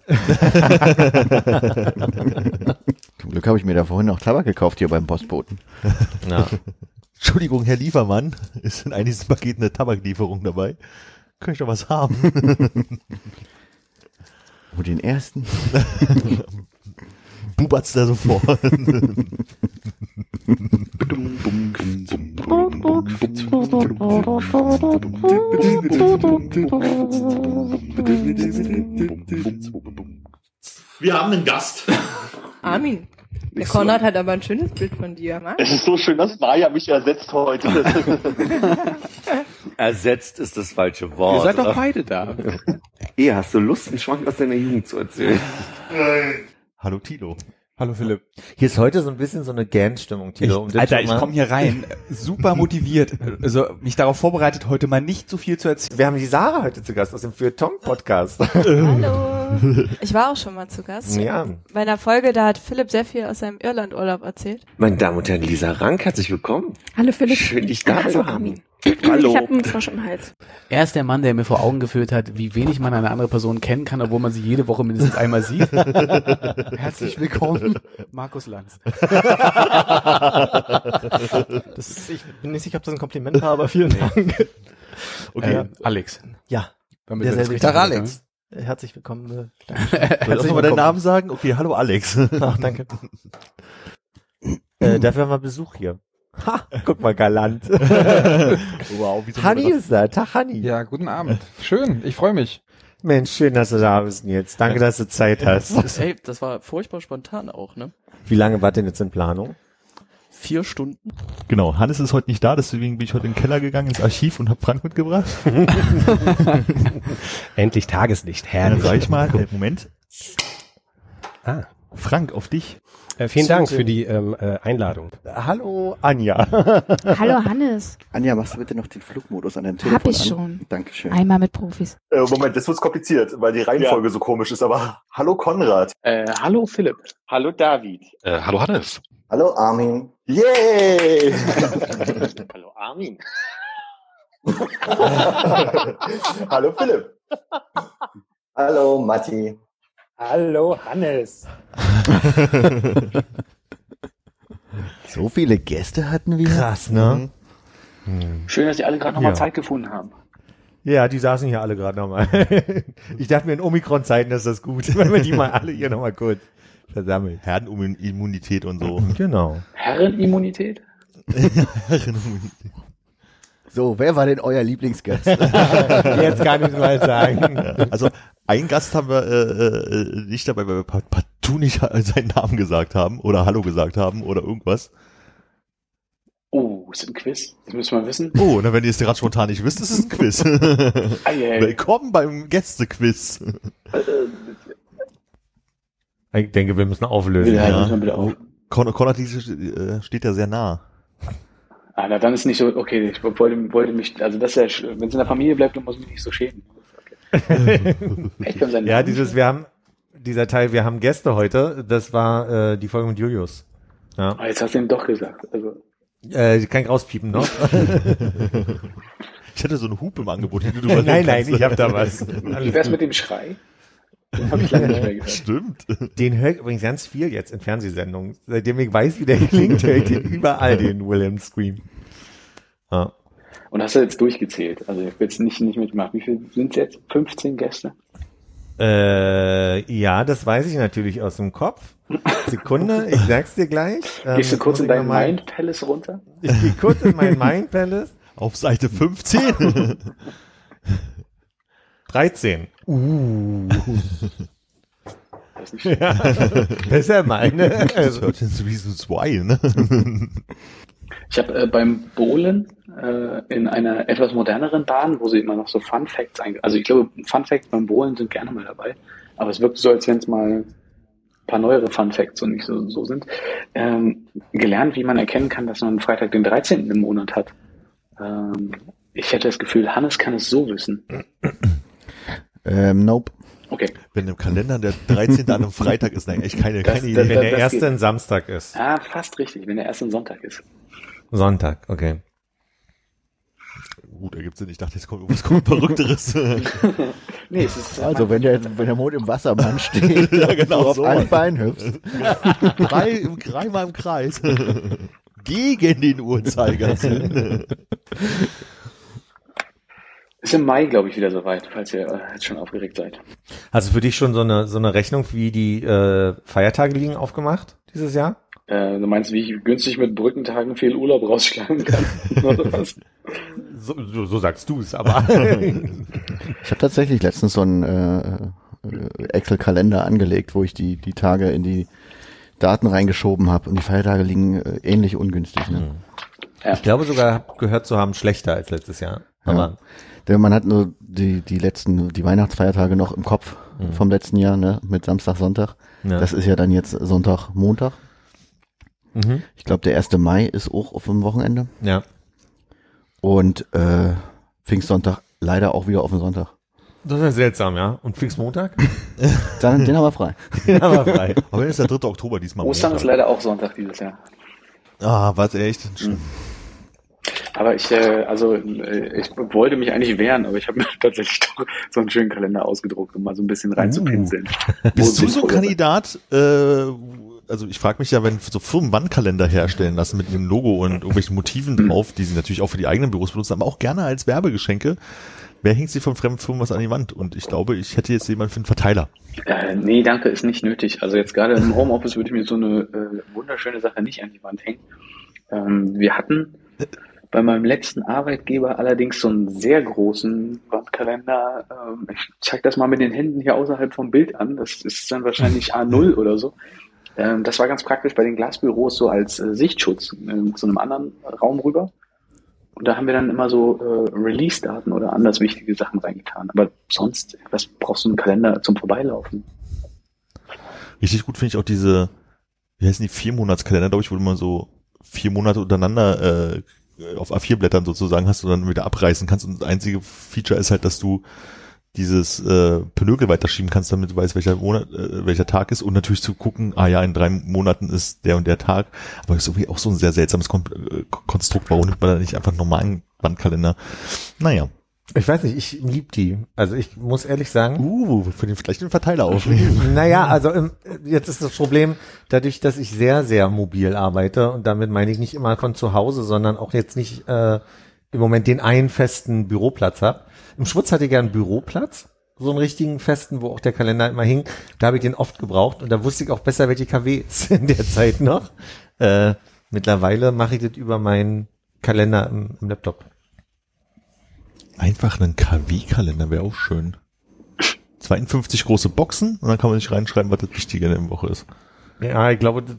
Zum Glück habe ich mir da vorhin noch Tabak gekauft hier beim Postboten. Ja. Entschuldigung, Herr Liefermann, ist in einiges Paket eine Tabaklieferung dabei? Könnte ich doch was haben? Wo den ersten? Bubat's da sofort. Wir haben einen Gast. Armin, der Konrad hat aber ein schönes Bild von dir, ne? Es ist so schön, dass Maja mich ersetzt heute. Ersetzt ist das falsche Wort. Ihr seid doch beide da. Hast du Lust, einen Schwank aus deiner Jugend zu erzählen? Hallo Tilo. Hallo Philipp. Hier ist heute so ein bisschen so eine Gans-Stimmung, Tilo. Alter, ich komme hier rein, super motiviert, also mich darauf vorbereitet, heute mal nicht so viel zu erzählen. Wir haben die Sarah heute zu Gast aus dem Feuilleton-Podcast. Hallo. Ich war auch schon mal zu Gast. Ja. Bei einer Folge, da hat Philipp sehr viel aus seinem Irlandurlaub erzählt. Meine Damen und Herren, Lisa Rank, herzlich willkommen. Hallo Philipp. Schön, dich da zu haben. Hallo. Ich habe einen Frosch im Hals. Er ist der Mann, der mir vor Augen geführt hat, wie wenig man eine andere Person kennen kann, obwohl man sie jede Woche mindestens einmal sieht. Herzlich willkommen, Markus Lanz. Ich bin nicht sicher, ob das ein Kompliment war, aber vielen Dank. Okay, Alex. Ja. Tag Alex. Herzlich willkommen. Soll ich mal deinen Namen sagen? Okay, hallo Alex. Ach, danke. Dafür haben wir Besuch hier. Ha, guck mal, galant. Wow, wie so Hanni ist da. Tag, Hanni. Ja, guten Abend. Schön, ich freue mich. Mensch, schön, dass du da bist, Nils. Danke, dass du Zeit hast. Ey, das war furchtbar spontan auch, ne? Wie lange war denn jetzt in Planung? 4 Stunden. Genau, Hannes ist heute nicht da, deswegen bin ich heute in den Keller gegangen, ins Archiv und habe Frank mitgebracht. Endlich Tageslicht, herrlich. Dann sag ich mal, Moment. Ah. Frank, auf dich. Vielen Dank für die Einladung. Hallo, Anja. Hallo, Hannes. Anja, machst du bitte noch den Flugmodus an deinem Telefon Hab ich an? schon. Dankeschön. Einmal mit Profis. Moment, das wird's kompliziert, weil die Reihenfolge so komisch ist, aber hallo Konrad. Hallo Philipp. Hallo David. Hallo Hannes. Hallo Armin. Yay! Hallo Armin. Hallo Philipp. Hallo Matti. Hallo Hannes. So viele Gäste hatten wir. Krass, ne? Schön, dass ihr alle gerade nochmal Ja. Zeit gefunden haben. Ja, die saßen hier alle gerade nochmal. Ich dachte mir, in Omikron-Zeiten ist das gut, wenn wir die mal alle hier nochmal kurz versammeln. Herdenimmunität und so. Genau. Herrenimmunität? Herrenimmunität. So, wer war denn euer Lieblingsgast? Jetzt kann ich mal sagen. Ja, also einen Gast haben wir nicht dabei, weil wir partout nicht seinen Namen gesagt haben oder Hallo gesagt haben oder irgendwas. Oh, ist ein Quiz? Das müssen wir wissen. Oh, na, wenn ihr es gerade spontan nicht wisst, ist es ein Quiz. Willkommen beim Gästequiz. Ich denke, wir müssen auflösen. Ja. Bitte auf. Konrad steht ja sehr nah. Ah, na, dann ist nicht so, okay, ich wollte mich, also das ist ja, wenn es in der Familie bleibt, dann muss ich mich nicht so schämen. Okay. Echt, wir haben Ja, dieser Teil, wir haben Gäste heute, das war die Folge mit Julius. Ja. Ah, jetzt hast du ihm doch gesagt. Also. Kann ich rauspiepen noch? Ich hatte so eine Hupe im Angebot. Die du Nein, ich hab da was. Wie wär's mit dem Schrei? Den hab ich lange nicht mehr gehört. Stimmt. Den höre ich übrigens ganz viel jetzt in Fernsehsendungen. Seitdem ich weiß, wie der klingt, höre ich den überall, den William Scream. Ja. Und hast du jetzt durchgezählt? Also ich will jetzt nicht mitmachen. Wie viel sind es jetzt? 15 Gäste? Ja, das weiß ich natürlich aus dem Kopf. Sekunde, ich sag's dir gleich. Gehst du kurz in deinen Mind Palace runter? Ich gehe kurz in meinen Mind Palace. Auf Seite 15. 13. Das ist nicht ja, besser meine. Das hört sich wie so 2, ne? Ich habe beim Bowlen in einer etwas moderneren Bahn, wo sie immer noch so Fun Facts also ich glaube, Fun Facts beim Bowlen sind gerne mal dabei, aber es wirkt so, als wenn es mal ein paar neuere Fun Facts und nicht so sind, gelernt, wie man erkennen kann, dass man einen Freitag den 13. im Monat hat. Ich hätte das Gefühl, Hannes kann es so wissen. Nope. Okay. Wenn im Kalender der 13. an einem Freitag ist, dann echt keine Idee. Wenn der erste ein Samstag ist. Ah, fast richtig, wenn der erste ein Sonntag ist. Sonntag, okay. Gut, ergibt Sinn. Ich dachte, jetzt kommt irgendwas Verrückteres. Nee, es ist also, wenn der Mond im Wassermann steht, ja, genau, du auf so allen Beinen hüpfst. Dreimal im Kreis. Gegen den Uhrzeigersinn. Ist im Mai, glaube ich, wieder soweit, falls ihr jetzt schon aufgeregt seid. Hast du für dich schon so eine Rechnung, wie die Feiertage liegen, aufgemacht dieses Jahr? Du meinst, wie ich günstig mit Brückentagen viel Urlaub rausschlagen kann? Oder was? So sagst du es, aber ich habe tatsächlich letztens so einen Excel-Kalender angelegt, wo ich die Tage in die Daten reingeschoben habe und die Feiertage liegen ähnlich ungünstig. Ne? Ja. Ich glaube sogar, gehört zu haben, schlechter als letztes Jahr. Aber ja. Denn man hat nur die Weihnachtsfeiertage noch im Kopf vom letzten Jahr, ne, mit Samstag, Sonntag. Ja. Das ist ja dann jetzt Sonntag, Montag. Mhm. Ich glaube, der 1. Mai ist auch auf dem Wochenende. Ja. Und Pfingstsonntag leider auch wieder auf dem Sonntag. Das ist ja seltsam, ja. Und Pfingstmontag? Dann den haben wir frei. Aber wenn ist der 3. Oktober diesmal. Ostern ist leider auch Sonntag dieses Jahr. Ah, was echt? Aber ich wollte mich eigentlich wehren, aber ich habe mir tatsächlich doch so einen schönen Kalender ausgedruckt, um mal so ein bisschen reinzupinseln. Bist du so ein Kandidat, also ich frage mich ja, wenn so Firmen Wandkalender herstellen lassen mit einem Logo und irgendwelchen Motiven drauf, die sie natürlich auch für die eigenen Büros benutzen, aber auch gerne als Werbegeschenke. Wer hängt sie von fremden Firmen was an die Wand? Und ich glaube, ich hätte jetzt jemanden für einen Verteiler. Nee, danke, ist nicht nötig. Also jetzt gerade im Homeoffice würde ich mir so eine wunderschöne Sache nicht an die Wand hängen. Wir hatten bei meinem letzten Arbeitgeber allerdings so einen sehr großen Wandkalender. Ich zeige das mal mit den Händen hier außerhalb vom Bild an. Das ist dann wahrscheinlich A0 oder so. Das war ganz praktisch bei den Glasbüros so als Sichtschutz zu einem anderen Raum rüber. Und da haben wir dann immer so Release-Daten oder anders wichtige Sachen reingetan. Aber sonst, was brauchst du einen Kalender zum Vorbeilaufen? Richtig gut finde ich auch diese, wie heißen die, 4-Monats-Kalender, glaube ich, wo du mal so 4 Monate untereinander auf A4-Blättern sozusagen hast und dann wieder abreißen kannst. Und das einzige Feature ist halt, dass du dieses Pinökel weiterschieben kannst, damit du weißt, welcher Tag ist und natürlich zu gucken, in 3 Monaten ist der und der Tag. Aber das ist irgendwie auch so ein sehr seltsames Konstrukt. Warum nimmt man da nicht einfach einen normalen Wandkalender? Naja. Ich weiß nicht, ich lieb die. Also ich muss ehrlich sagen. Vielleicht den Verteiler aufnehmen. Naja, also jetzt ist das Problem, dadurch, dass ich sehr, sehr mobil arbeite und damit meine ich nicht immer von zu Hause, sondern auch jetzt nicht im Moment den einen festen Büroplatz habe. Im Schwutz hatte ich ja einen Büroplatz, so einen richtigen festen, wo auch der Kalender immer hing. Da habe ich den oft gebraucht und da wusste ich auch besser, welche KW ist in der Zeit noch. Mittlerweile mache ich das über meinen Kalender im Laptop. Einfach einen KW-Kalender wäre auch schön. 52 große Boxen und dann kann man sich reinschreiben, was das Wichtige in der Woche ist. Ja, ich glaube,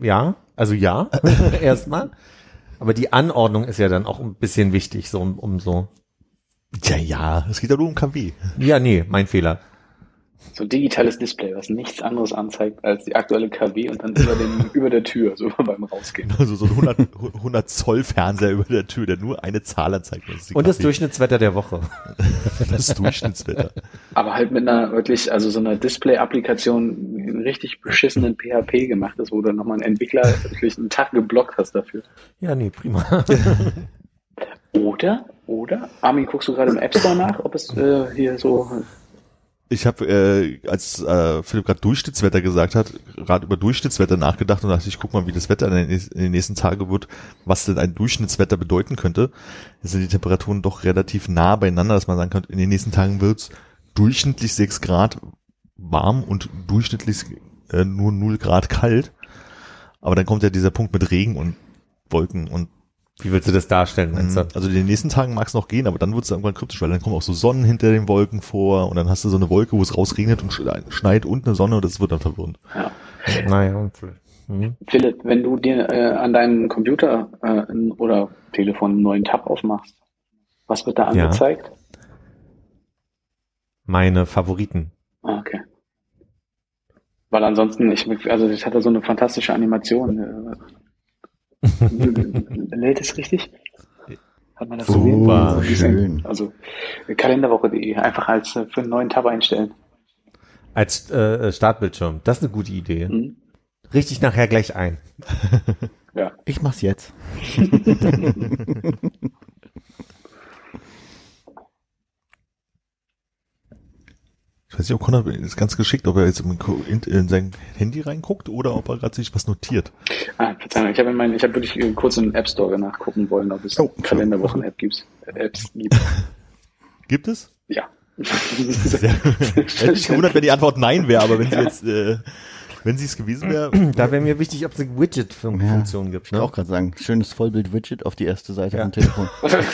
erstmal. Aber die Anordnung ist ja dann auch ein bisschen wichtig, so um so. Ja, es geht ja nur um KW. Ja, nee, mein Fehler. So ein digitales Display, was nichts anderes anzeigt als die aktuelle KW und dann über der Tür, so beim Rausgehen. Also so ein 100 Zoll Fernseher über der Tür, der nur eine Zahl anzeigt. Und das Durchschnittswetter der Woche. Das Durchschnittswetter. Aber halt mit einer wirklich, also so einer Display-Applikation, einen richtig beschissenen PHP gemacht ist, wo du nochmal einen Entwickler wirklich einen Tag geblockt hast dafür. Ja, nee, prima. Oder, Armin, guckst du gerade im App Store nach, ob es hier so... Ich habe, als Philipp gerade Durchschnittswetter gesagt hat, gerade über Durchschnittswetter nachgedacht und dachte, ich guck mal, wie das Wetter in den nächsten Tagen wird, was denn ein Durchschnittswetter bedeuten könnte. Jetzt sind die Temperaturen doch relativ nah beieinander, dass man sagen kann, in den nächsten Tagen wird's durchschnittlich 6 Grad warm und durchschnittlich nur 0 Grad kalt. Aber dann kommt ja dieser Punkt mit Regen und Wolken und wie willst du das darstellen, meinst du? Also in den nächsten Tagen mag es noch gehen, aber dann wird es irgendwann kryptisch, weil dann kommen auch so Sonnen hinter den Wolken vor und dann hast du so eine Wolke, wo es rausregnet und schneit und eine Sonne und das wird dann verwirrend. Ja. Naja. Philipp, wenn du dir an deinem Computer oder Telefon einen neuen Tab aufmachst, was wird da angezeigt? Meine Favoriten. Ah, okay. Weil ansonsten, ich hatte so eine fantastische Animation. Lädt es richtig? Hat man das gesehen? Schön. Also kalenderwoche.de einfach als für einen neuen Tab einstellen. Als Startbildschirm. Das ist eine gute Idee. Mhm. Richte ich nachher gleich ein. Ja. Ich mach's jetzt. Ich weiß nicht, ob Konrad ist ganz geschickt, ob er jetzt in sein Handy reinguckt oder ob er gerade sich was notiert. Verzeihung, ich habe wirklich kurz im App Store nachgucken wollen, ob es Kalenderwochen-App gibt. Gibt es? Ja. Hätte mich gewundert, wenn die Antwort nein wäre, aber wenn sie jetzt, wenn sie es gewesen wäre. Da wäre mir wichtig, ob es eine Widget-Funktion gibt. Ne? Ich auch gerade sagen, schönes Vollbild-Widget auf die erste Seite vom Telefon.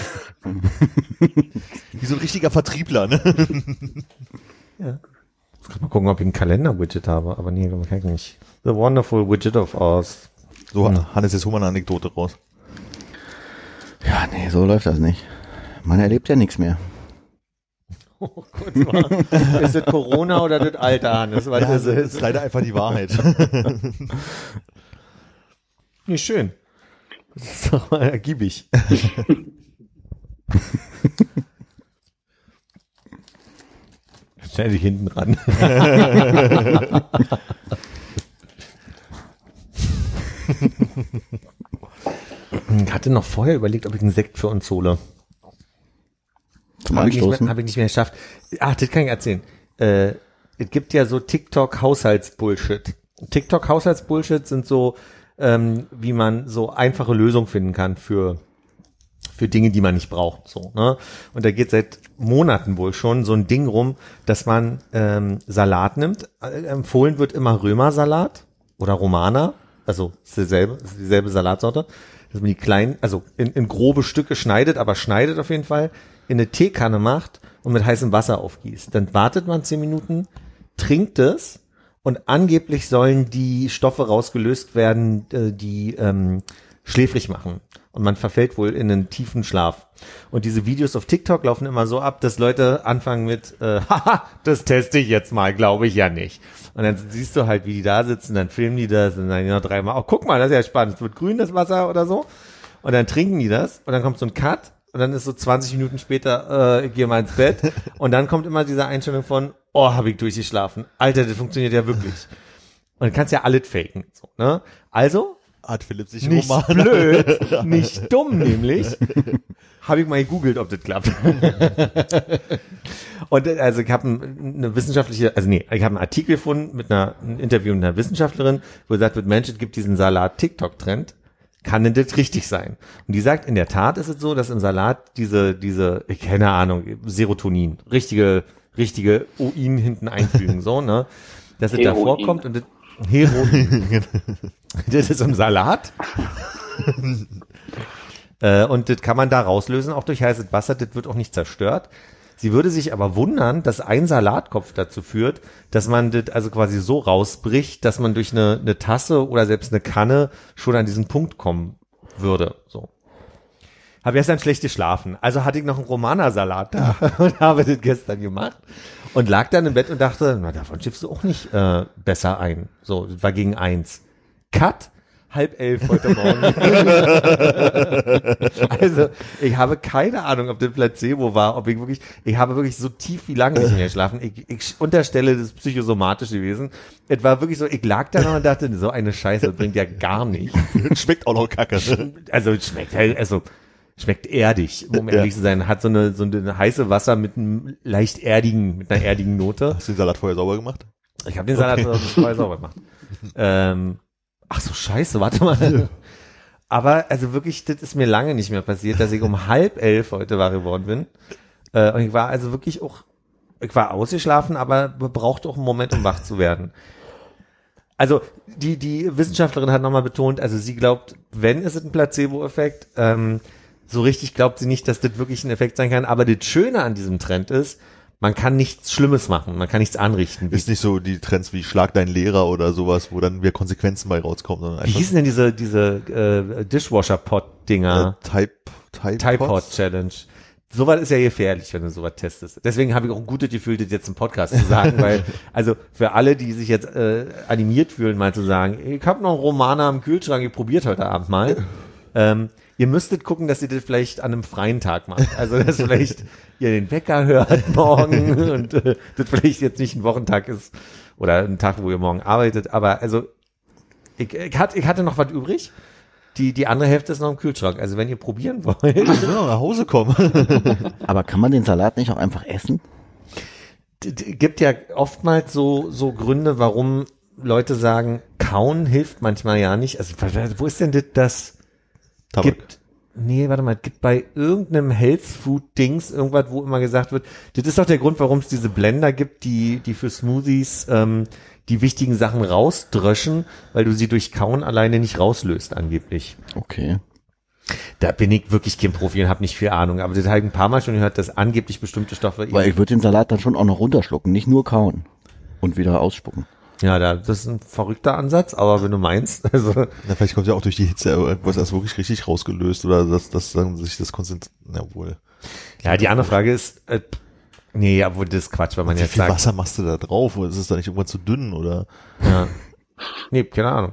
Wie so ein richtiger Vertriebler, ne? Ja. Ich kann mal gucken, ob ich ein Kalender-Widget habe, aber nee, kann ich nicht. The Wonderful Widget of Oz. So, Hannes, jetzt hol mal eine Anekdote raus. Ja, nee, so läuft das nicht. Man erlebt ja nichts mehr. Oh, kurz mal. Ist das Corona oder das Alter, Hannes? Das ist leider einfach die Wahrheit. Nee, schön. Das ist doch mal ergiebig. Stell dich hinten ran. Ich hatte noch vorher überlegt, ob ich einen Sekt für uns hole. Habe ich nicht mehr geschafft. Das kann ich erzählen. Es gibt ja so TikTok-Haushaltsbullshit. TikTok-Haushaltsbullshit sind so, wie man so einfache Lösungen finden kann für Dinge, die man nicht braucht. So, ne? Und da geht seit Monaten wohl schon so ein Ding rum, dass man Salat nimmt. Empfohlen wird immer Römersalat oder Romana. also ist dieselbe Salatsorte, dass man die kleinen, also in grobe Stücke schneidet, aber schneidet auf jeden Fall, in eine Teekanne macht und mit heißem Wasser aufgießt. Dann wartet man 10 Minuten, trinkt es und angeblich sollen die Stoffe rausgelöst werden, die schläfrig machen. Und man verfällt wohl in einen tiefen Schlaf. Und diese Videos auf TikTok laufen immer so ab, dass Leute anfangen mit, haha, das teste ich jetzt mal, glaube ich ja nicht. Und dann siehst du halt, wie die da sitzen, dann filmen die das und dann noch 3 Mal, oh, guck mal, das ist ja spannend, es wird grün, das Wasser oder so. Und dann trinken die das und dann kommt so ein Cut und dann ist so 20 Minuten später, ich gehe mal ins Bett. Und dann kommt immer diese Einstellung von, oh, habe ich durchgeschlafen. Alter, das funktioniert ja wirklich. Und du kannst ja alles faken. So, ne? Also, hat Philipp sich nicht Romane. blöd, nicht dumm nämlich, habe ich mal gegoogelt, ob das klappt. Und also ich habe eine wissenschaftliche, ich habe einen Artikel gefunden mit einem Interview mit einer Wissenschaftlerin, wo gesagt wird, Mensch, es gibt diesen Salat-TikTok-Trend. Kann denn das richtig sein? Und die sagt, in der Tat ist es so, dass im Salat diese, keine Ahnung, Serotonin, richtige Uin hinten einfügen, so, ne? Dass es da vorkommt und das Heroin. Das ist im Salat. Und das kann man da rauslösen, auch durch heißes Wasser, das wird auch nicht zerstört. Sie würde sich aber wundern, dass ein Salatkopf dazu führt, dass man das also quasi so rausbricht, dass man durch eine Tasse oder selbst eine Kanne schon an diesen Punkt kommen würde. So. Habe gestern schlecht geschlafen. Also hatte ich noch einen Romana-Salat da und habe das gestern gemacht und lag dann im Bett und dachte, na, davon schiffst du auch nicht besser ein. So, das war gegen 1. Cut. 10:30 heute Morgen. Also, ich habe keine Ahnung, ob das Placebo war, ich habe wirklich so tief wie lange nicht mehr geschlafen. Ich unterstelle, das ist psychosomatisch gewesen. Es war wirklich so, ich lag da noch und dachte, so eine Scheiße, das bringt ja gar nicht. Schmeckt auch noch kacke. Also, schmeckt erdig, um ehrlich zu sein. Hat so eine heiße Wasser mit einer erdigen Note. Hast du den Salat vorher sauber gemacht? Ich habe den Salat vorher sauber gemacht. Ach so, scheiße, warte mal. Aber also wirklich, das ist mir lange nicht mehr passiert, dass ich um 10:30 heute wach geworden bin. Und ich war also wirklich ich war ausgeschlafen, aber brauchte auch einen Moment, um wach zu werden. Also die Wissenschaftlerin hat nochmal betont, also sie glaubt, wenn es ein Placebo-Effekt, so richtig glaubt sie nicht, dass das wirklich ein Effekt sein kann. Aber das Schöne an diesem Trend ist, man kann nichts Schlimmes machen, man kann nichts anrichten. Ist nicht so die Trends wie Schlag deinen Lehrer oder sowas, wo dann wieder Konsequenzen bei rauskommen. Sondern wie hießen denn diese Dishwasher-Pot-Dinger? Tide-Pod-Challenge. Sowas ist ja gefährlich, wenn du sowas testest. Deswegen habe ich auch ein gutes Gefühl, das jetzt im Podcast zu sagen, weil, also für alle, die sich jetzt animiert fühlen, mal zu sagen, ich habe noch einen Romana im Kühlschrank, ich probiert heute Abend mal. Ihr müsstet gucken, dass ihr das vielleicht an einem freien Tag macht. Also, dass vielleicht ihr den Wecker hört morgen und das vielleicht jetzt nicht ein Wochentag ist oder ein Tag, wo ihr morgen arbeitet. Aber also, ich hatte noch was übrig. Die andere Hälfte ist noch im Kühlschrank. Also, wenn ihr probieren wollt. nach Hause kommen. Aber kann man den Salat nicht auch einfach essen? Gibt ja oftmals so Gründe, warum Leute sagen, kauen hilft manchmal ja nicht. Also, wo ist denn das? Gibt bei irgendeinem Health Food Dings irgendwas, wo immer gesagt wird, das ist doch der Grund, warum es diese Blender gibt, die für Smoothies die wichtigen Sachen rausdröschen, weil du sie durch Kauen alleine nicht rauslöst, angeblich. Okay. Da bin ich wirklich kein Profi und habe nicht viel Ahnung, aber das habe ich ein paar Mal schon gehört, dass angeblich bestimmte Stoffe... Weil ich würde den Salat dann schon auch noch runterschlucken, nicht nur kauen und wieder ausspucken. Ja, das ist ein verrückter Ansatz, aber wenn du meinst, also. Na, vielleicht kommt ja auch durch die Hitze irgendwas erst wirklich richtig rausgelöst oder dass dann sich das konzentriert, wohl. Ja, die andere Frage ist, nee, obwohl das ist Quatsch, weil man jetzt sagt. Wie viel Wasser machst du da drauf? Oder ist es da nicht irgendwann zu dünn, oder? Ja. Nee, keine Ahnung.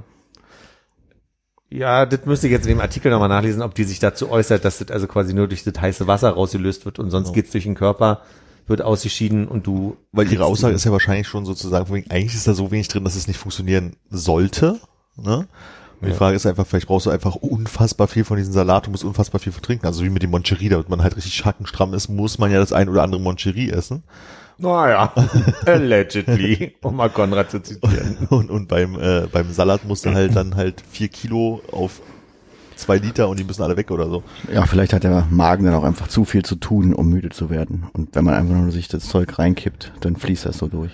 Ja, das müsste ich jetzt in dem Artikel nochmal nachlesen, ob die sich dazu äußert, dass das also quasi nur durch das heiße Wasser rausgelöst wird und sonst geht's durch den Körper. Wird ausgeschieden und du... Weil ihre Aussage ist ja wahrscheinlich schon sozusagen, eigentlich ist da so wenig drin, dass es nicht funktionieren sollte, ne? Und die Frage ist einfach, vielleicht brauchst du einfach unfassbar viel von diesem Salat und musst unfassbar viel vertrinken. Also wie mit dem Moncherie, damit man halt richtig schackenstramm ist, muss man ja das ein oder andere Moncherie essen. Naja, allegedly, um mal Konrad zu zitieren. Und beim Salat musst du halt dann 4 Kilo auf 2 Liter und die müssen alle weg oder so. Ja, vielleicht hat der Magen dann auch einfach zu viel zu tun, um müde zu werden. Und wenn man einfach nur sich das Zeug reinkippt, dann fließt das so durch.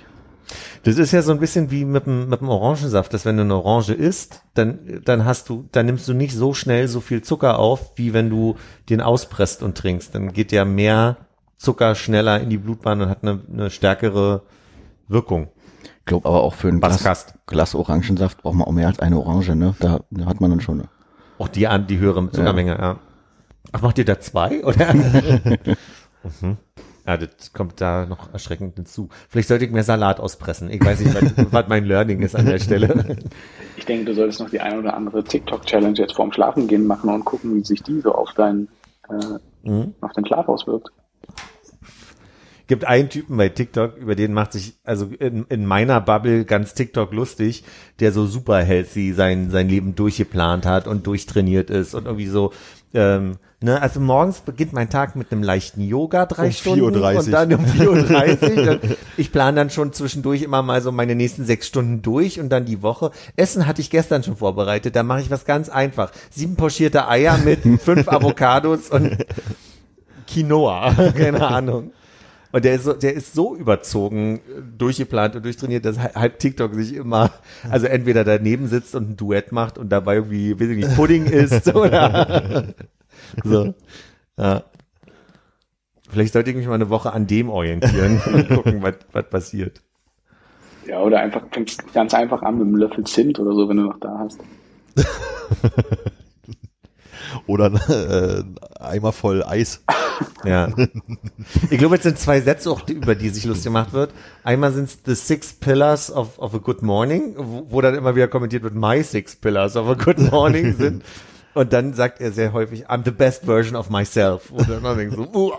Das ist ja so ein bisschen wie mit dem Orangensaft, dass wenn du eine Orange isst, dann nimmst du nicht so schnell so viel Zucker auf, wie wenn du den auspresst und trinkst. Dann geht ja mehr Zucker schneller in die Blutbahn und hat eine stärkere Wirkung. Ich glaube aber auch für ein Glas Orangensaft braucht man auch mehr als eine Orange, ne? Da hat man dann schon. Auch die höhere Zuckermenge, ja. Ach, macht ihr da 2, oder? Mhm. Ja, das kommt da noch erschreckend hinzu. Vielleicht sollte ich mehr Salat auspressen. Ich weiß nicht, was mein Learning ist an der Stelle. Ich denke, du solltest noch die eine oder andere TikTok-Challenge jetzt vorm Schlafengehen machen und gucken, wie sich die so auf deinen Schlaf auswirkt. Gibt einen Typen bei TikTok, über den macht sich, also in meiner Bubble ganz TikTok lustig, der so super healthy sein Leben durchgeplant hat und durchtrainiert ist und irgendwie so, also morgens beginnt mein Tag mit einem leichten Yoga, 3 Stunden 4:30 und dann um 4:30 Uhr. Ich plane dann schon zwischendurch immer mal so meine nächsten 6 Stunden durch und dann die Woche. Essen hatte ich gestern schon vorbereitet, da mache ich was ganz einfach. 7 pochierte Eier mit 5 Avocados und Quinoa, keine Ahnung. Und der ist so überzogen, durchgeplant und durchtrainiert, dass halb TikTok sich immer, also entweder daneben sitzt und ein Duett macht und dabei irgendwie, weiß ich nicht, Pudding isst oder so. Ja. Vielleicht sollte ich mich mal eine Woche an dem orientieren und gucken, was passiert. Ja, oder einfach fängst ganz einfach an mit einem Löffel Zimt oder so, wenn du noch da hast. Oder ein Eimer voll Eis. Ja. Ich glaube, jetzt sind 2 Sätze, auch über die sich lustig gemacht wird. Einmal sind es the 6 Pillars of a Good Morning, wo dann immer wieder kommentiert wird, my 6 Pillars of a Good Morning sind. Und dann sagt er sehr häufig, I'm the best version of myself. Oder dann denkt so,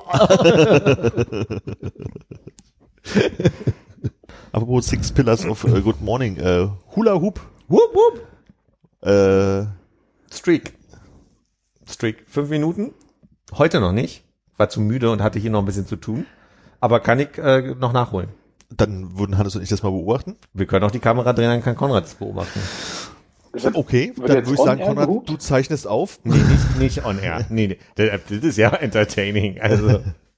Apropos 6 Pillars of Good Morning. Hula Hoop. Whoop, whoop. Streak. 5 Minuten. Heute noch nicht. War zu müde und hatte hier noch ein bisschen zu tun. Aber kann ich noch nachholen. Dann würden Hannes und ich das mal beobachten. Wir können auch die Kamera drehen, dann kann Konrad es beobachten. Okay, dann würde ich sagen, Konrad, du zeichnest auf. Nee, nicht on air. Nee. Das ist ja entertaining. Also.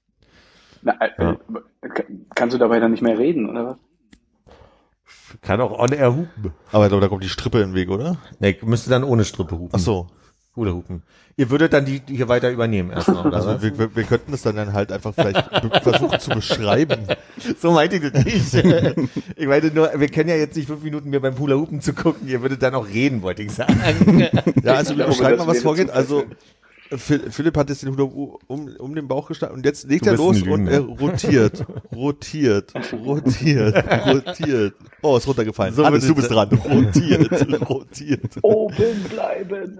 Kannst du dabei dann nicht mehr reden, oder was? Kann auch on air hupen. Aber da kommt die Strippe in den Weg, oder? Nee, ich müsste dann ohne Strippe hupen. Ach so. Hula hupen. Ihr würdet dann die hier weiter übernehmen erstmal, oder also was? Wir könnten es dann halt einfach vielleicht versuchen zu beschreiben. So meinte ich das nicht. Ich meinte nur, wir können ja jetzt nicht 5 Minuten mehr beim Hula Hoopen zu gucken. Ihr würdet dann auch reden, wollte ich sagen. Ja, also wir beschreiben mal, was vorgeht. Also Philipp hat jetzt den Hula um den Bauch gestanden und jetzt legt er los und er rotiert. Oh, ist runtergefallen. So, Hannes, du bist dran. Rotiert. Oben bleiben.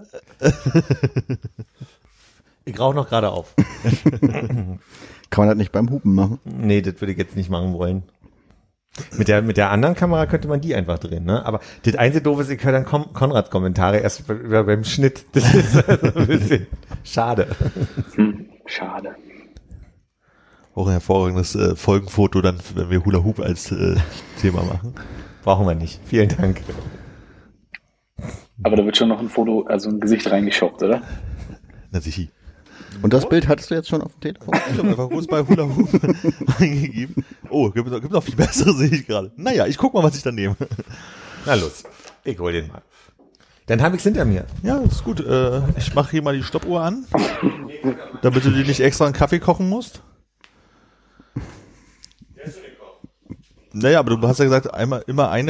Ich rauche noch gerade auf. Kann man das nicht beim Hupen machen? Nee, das würde ich jetzt nicht machen wollen. Mit der anderen Kamera könnte man die einfach drehen, ne? Aber das einzige Doofe ist, ich höre dann Konrads Kommentare erst beim Schnitt. Das ist also ein bisschen schade. Schade. Auch ein hervorragendes Folgenfoto dann, wenn wir Hula Hoop als Thema machen. Brauchen wir nicht. Vielen Dank. Aber da wird schon noch ein Foto, also ein Gesicht reingeschoppt, oder? Na sicher. Und das Bild hattest du jetzt schon auf dem Telefon? Ich habe einfach kurz bei Hula Hoop eingegeben. Oh, gibt noch viel bessere, sehe ich gerade. Naja, ich guck mal, was ich dann nehme. Na los, ich hol den mal. Dann habe ich's hinter mir. Ja, ist gut. Ich mache hier mal die Stoppuhr an, damit du dir nicht extra einen Kaffee kochen musst. Naja, aber du hast ja gesagt, immer eine...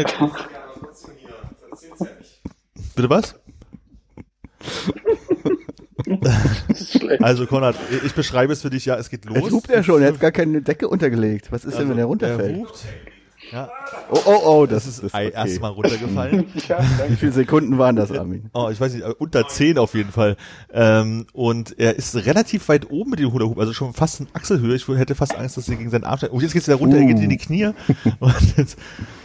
Bitte was? Also Konrad, ich beschreibe es für dich, ja, es geht los. Jetzt hupt er schon, er hat gar keine Decke untergelegt. Was ist denn, wenn er runterfällt? Er hupt. Ja. Oh, das ist okay. Erstmal runtergefallen. Ja, wie viele Sekunden waren das, Armin? Oh, ich weiß nicht, unter 10 auf jeden Fall. Und er ist relativ weit oben mit dem Hula Hoop, also schon fast in Achselhöhe. Ich hätte fast Angst, dass er gegen seinen Arm steigt. Und jetzt geht's wieder runter, er geht in die Knie. Und jetzt,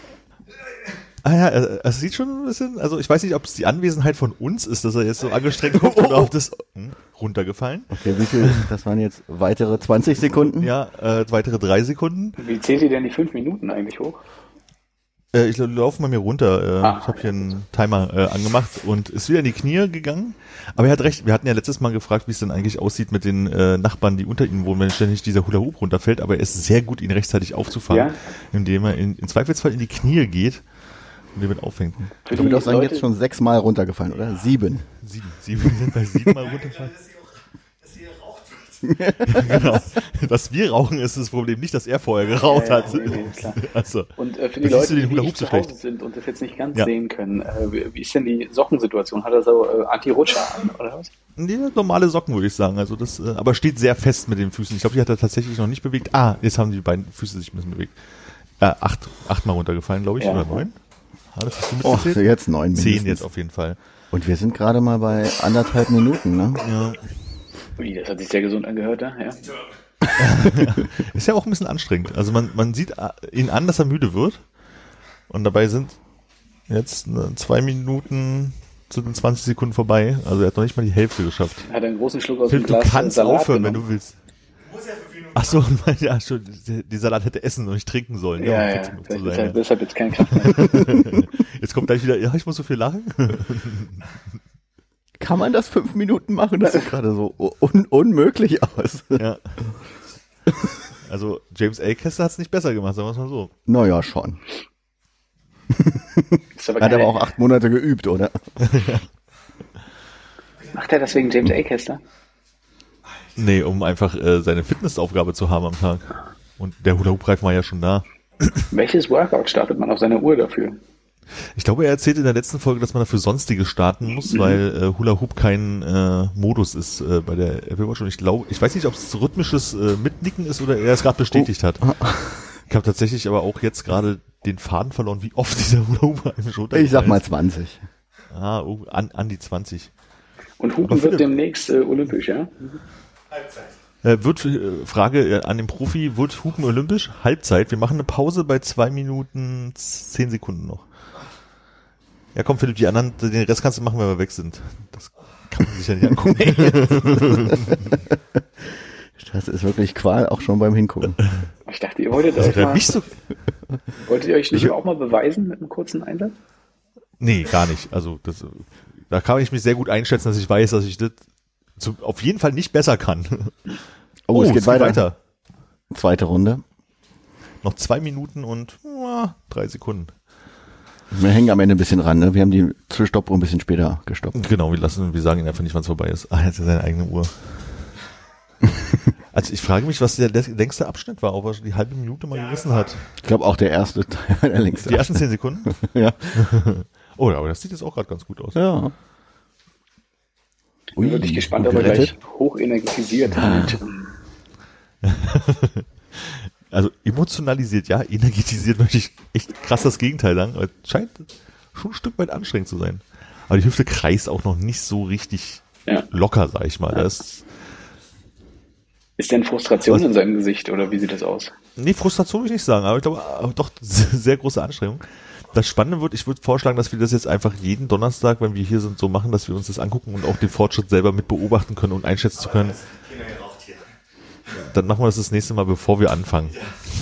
es sieht schon ein bisschen, also ich weiß nicht, ob es die Anwesenheit von uns ist, dass er jetzt so angestrengt kommt oder auf das runtergefallen. Okay, wie viel, das waren jetzt weitere 20 Sekunden? Ja, weitere 3 Sekunden. Wie zählt ihr denn die 5 Minuten eigentlich hoch? Ich laufe mal mir runter. Ich habe hier einen Timer angemacht und ist wieder in die Knie gegangen. Aber er hat recht, wir hatten ja letztes Mal gefragt, wie es denn eigentlich aussieht mit den Nachbarn, die unter ihnen wohnen, wenn ständig dieser Hula-Hoop runterfällt. Aber er ist sehr gut, ihn rechtzeitig aufzufangen, indem er in Zweifelsfall in die Knie geht und den mit auffängt. Ich würde auch sagen, jetzt schon 6 Mal runtergefallen, oder? 7. 7 sind bei 7 Mal runtergefallen. Genau. Dass wir rauchen, ist das Problem nicht, dass er vorher geraucht hat. Nee, klar. Also, und für die Leute, die nicht so zu Hause sind und das jetzt nicht ganz sehen können, wie ist denn die Sockensituation? Hat er so Anti-Rutscher an, oder was? Nee, normale Socken, würde ich sagen. Also das, aber steht sehr fest mit den Füßen. Ich glaube, die hat er tatsächlich noch nicht bewegt. Jetzt haben die beiden Füße sich ein bisschen bewegt. 8 Mal runtergefallen, glaube ich, oder 9? Das hast du mitgezählt? Jetzt 9 mindestens. 10 jetzt auf jeden Fall. Und wir sind gerade mal bei 1,5 Minuten, ne? Ja. Ui, das hat sich sehr gesund angehört, ja. Ist ja auch ein bisschen anstrengend. Also man sieht ihn an, dass er müde wird. Und dabei sind jetzt 2 Minuten zu den 20 Sekunden vorbei. Also er hat noch nicht mal die Hälfte geschafft. Er hat einen großen Schluck aus Philipp, dem Glas du kannst Salat aufhören, genommen. wenn du willst. Ach so, ja, schon, die Salat hätte essen und nicht trinken sollen. Ja, deshalb jetzt kein Kraft mehr. Jetzt kommt gleich wieder, ja, ich muss so viel lachen. Kann man das 5 Minuten machen? Das sieht gerade so unmöglich aus. Ja. Also James A. Kessler hat es nicht besser gemacht, sagen wir es mal so. Naja, schon. Er hat aber auch 8 Monate geübt, oder? Macht er das wegen James A. Kessler? Nee, um einfach seine Fitnessaufgabe zu haben am Tag. Und der Hula-Hoop-Reifen war ja schon da. Welches Workout startet man auf seiner Uhr dafür? Ich glaube, er erzählte in der letzten Folge, dass man dafür Sonstiges starten muss, weil Hula-Hoop kein Modus ist bei der Apple Watch. Und ich weiß nicht, ob es rhythmisches Mitnicken ist oder er es gerade bestätigt hat. Ich habe tatsächlich aber auch jetzt gerade den Faden verloren, wie oft dieser Hula-Hoop-Reifen schon Ich sag mal 20. An die 20. Und Hupen wird demnächst olympisch, ja? Halbzeit. Frage an den Profi, wird Hupen olympisch? Halbzeit. Wir machen eine Pause bei 2 Minuten 10 Sekunden noch. Ja komm Philipp, den Rest kannst du machen, wenn wir weg sind. Das kann man sich ja nicht angucken. Das ist wirklich Qual, auch schon beim Hingucken. Ich dachte, ihr wolltet wolltet ihr euch nicht auch mal beweisen mit einem kurzen Einsatz? Nee, gar nicht. Also da kann ich mich sehr gut einschätzen, dass ich weiß, dass ich das auf jeden Fall nicht besser kann. Oh, es geht weiter. Zweite Runde. Noch 2 Minuten und 3 Sekunden. Wir hängen am Ende ein bisschen ran, ne? Wir haben die Stoppuhr ein bisschen später gestoppt. Genau, wir sagen ihn einfach nicht, wann es vorbei ist. Er hat ja seine eigene Uhr. Also ich frage mich, was der längste Abschnitt war, ob er schon die halbe Minute mal gerissen hat. Ich glaube auch der erste, der längste. Die ersten 10 Sekunden? Ja. Oh, aber das sieht jetzt auch gerade ganz gut aus. Ja. Ich bin wirklich gespannt, ob er gleich hochenergisiert hat. Also emotionalisiert, ja, energetisiert möchte ich echt krass das Gegenteil sagen, aber es scheint schon ein Stück weit anstrengend zu sein. Aber die Hüfte kreist auch noch nicht so richtig locker, sag ich mal. Ja. Das ist denn Frustration in seinem Gesicht oder wie sieht das aus? Nee, Frustration würde ich nicht sagen, aber ich glaube doch sehr große Anstrengung. Das Spannende wird, ich würde vorschlagen, dass wir das jetzt einfach jeden Donnerstag, wenn wir hier sind, so machen, dass wir uns das angucken und auch den Fortschritt selber mit beobachten können und einschätzen zu können. Dann machen wir das nächste Mal, bevor wir anfangen.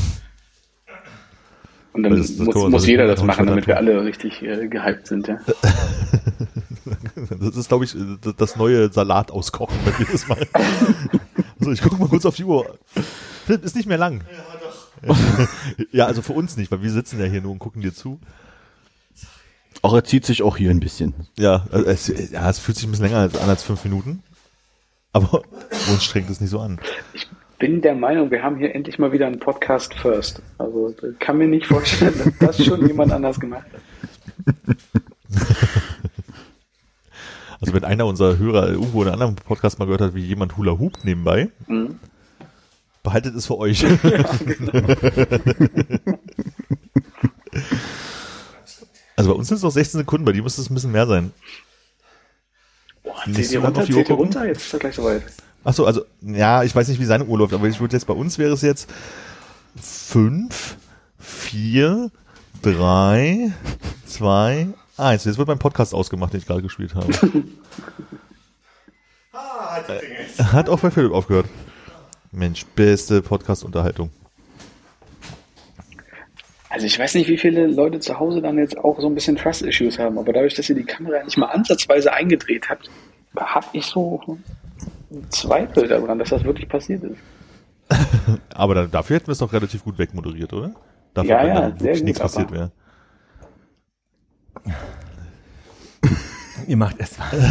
Und dann muss jeder das machen, damit wir alle richtig gehypt sind. Ja? Das ist, glaube ich, das neue Salat auskochen, wenn wir das machen. Also ich gucke mal kurz auf die Uhr. Philipp, ist nicht mehr lang. Ja, also für uns nicht, weil wir sitzen ja hier nur und gucken dir zu. Auch er zieht sich auch hier ein bisschen. Ja, es fühlt sich ein bisschen länger an als 5 Minuten. Aber uns strengt es nicht so an. Ich bin der Meinung, wir haben hier endlich mal wieder einen Podcast First. Also ich kann mir nicht vorstellen, dass das schon jemand anders gemacht hat. Also wenn einer unserer Hörer irgendwo in einem anderen Podcast mal gehört hat, wie jemand Hula Hoop nebenbei, behaltet es für euch. Ja, genau. Also bei uns sind es noch 16 Sekunden, bei dir müsste es ein bisschen mehr sein. Boah, zählt ihr runter? Jetzt ist er gleich soweit. Achso, also, ja, ich weiß nicht, wie seine Uhr läuft, aber ich würde jetzt, bei uns wäre es jetzt 5, 4, 3, 2, 1. Jetzt wird mein Podcast ausgemacht, den ich gerade gespielt habe. Hat auch bei Philipp aufgehört. Mensch, beste Podcast-Unterhaltung. Also ich weiß nicht, wie viele Leute zu Hause dann jetzt auch so ein bisschen Trust-Issues haben, aber dadurch, dass ihr die Kamera nicht mal ansatzweise eingedreht habt, habe ich so Zweifel daran, dass das wirklich passiert ist. Aber dafür hätten wir es doch relativ gut wegmoderiert, oder? Dafür, Ja, wenn ja, dann sehr wirklich gut, nichts aber- passiert wäre. Ihr macht es mal.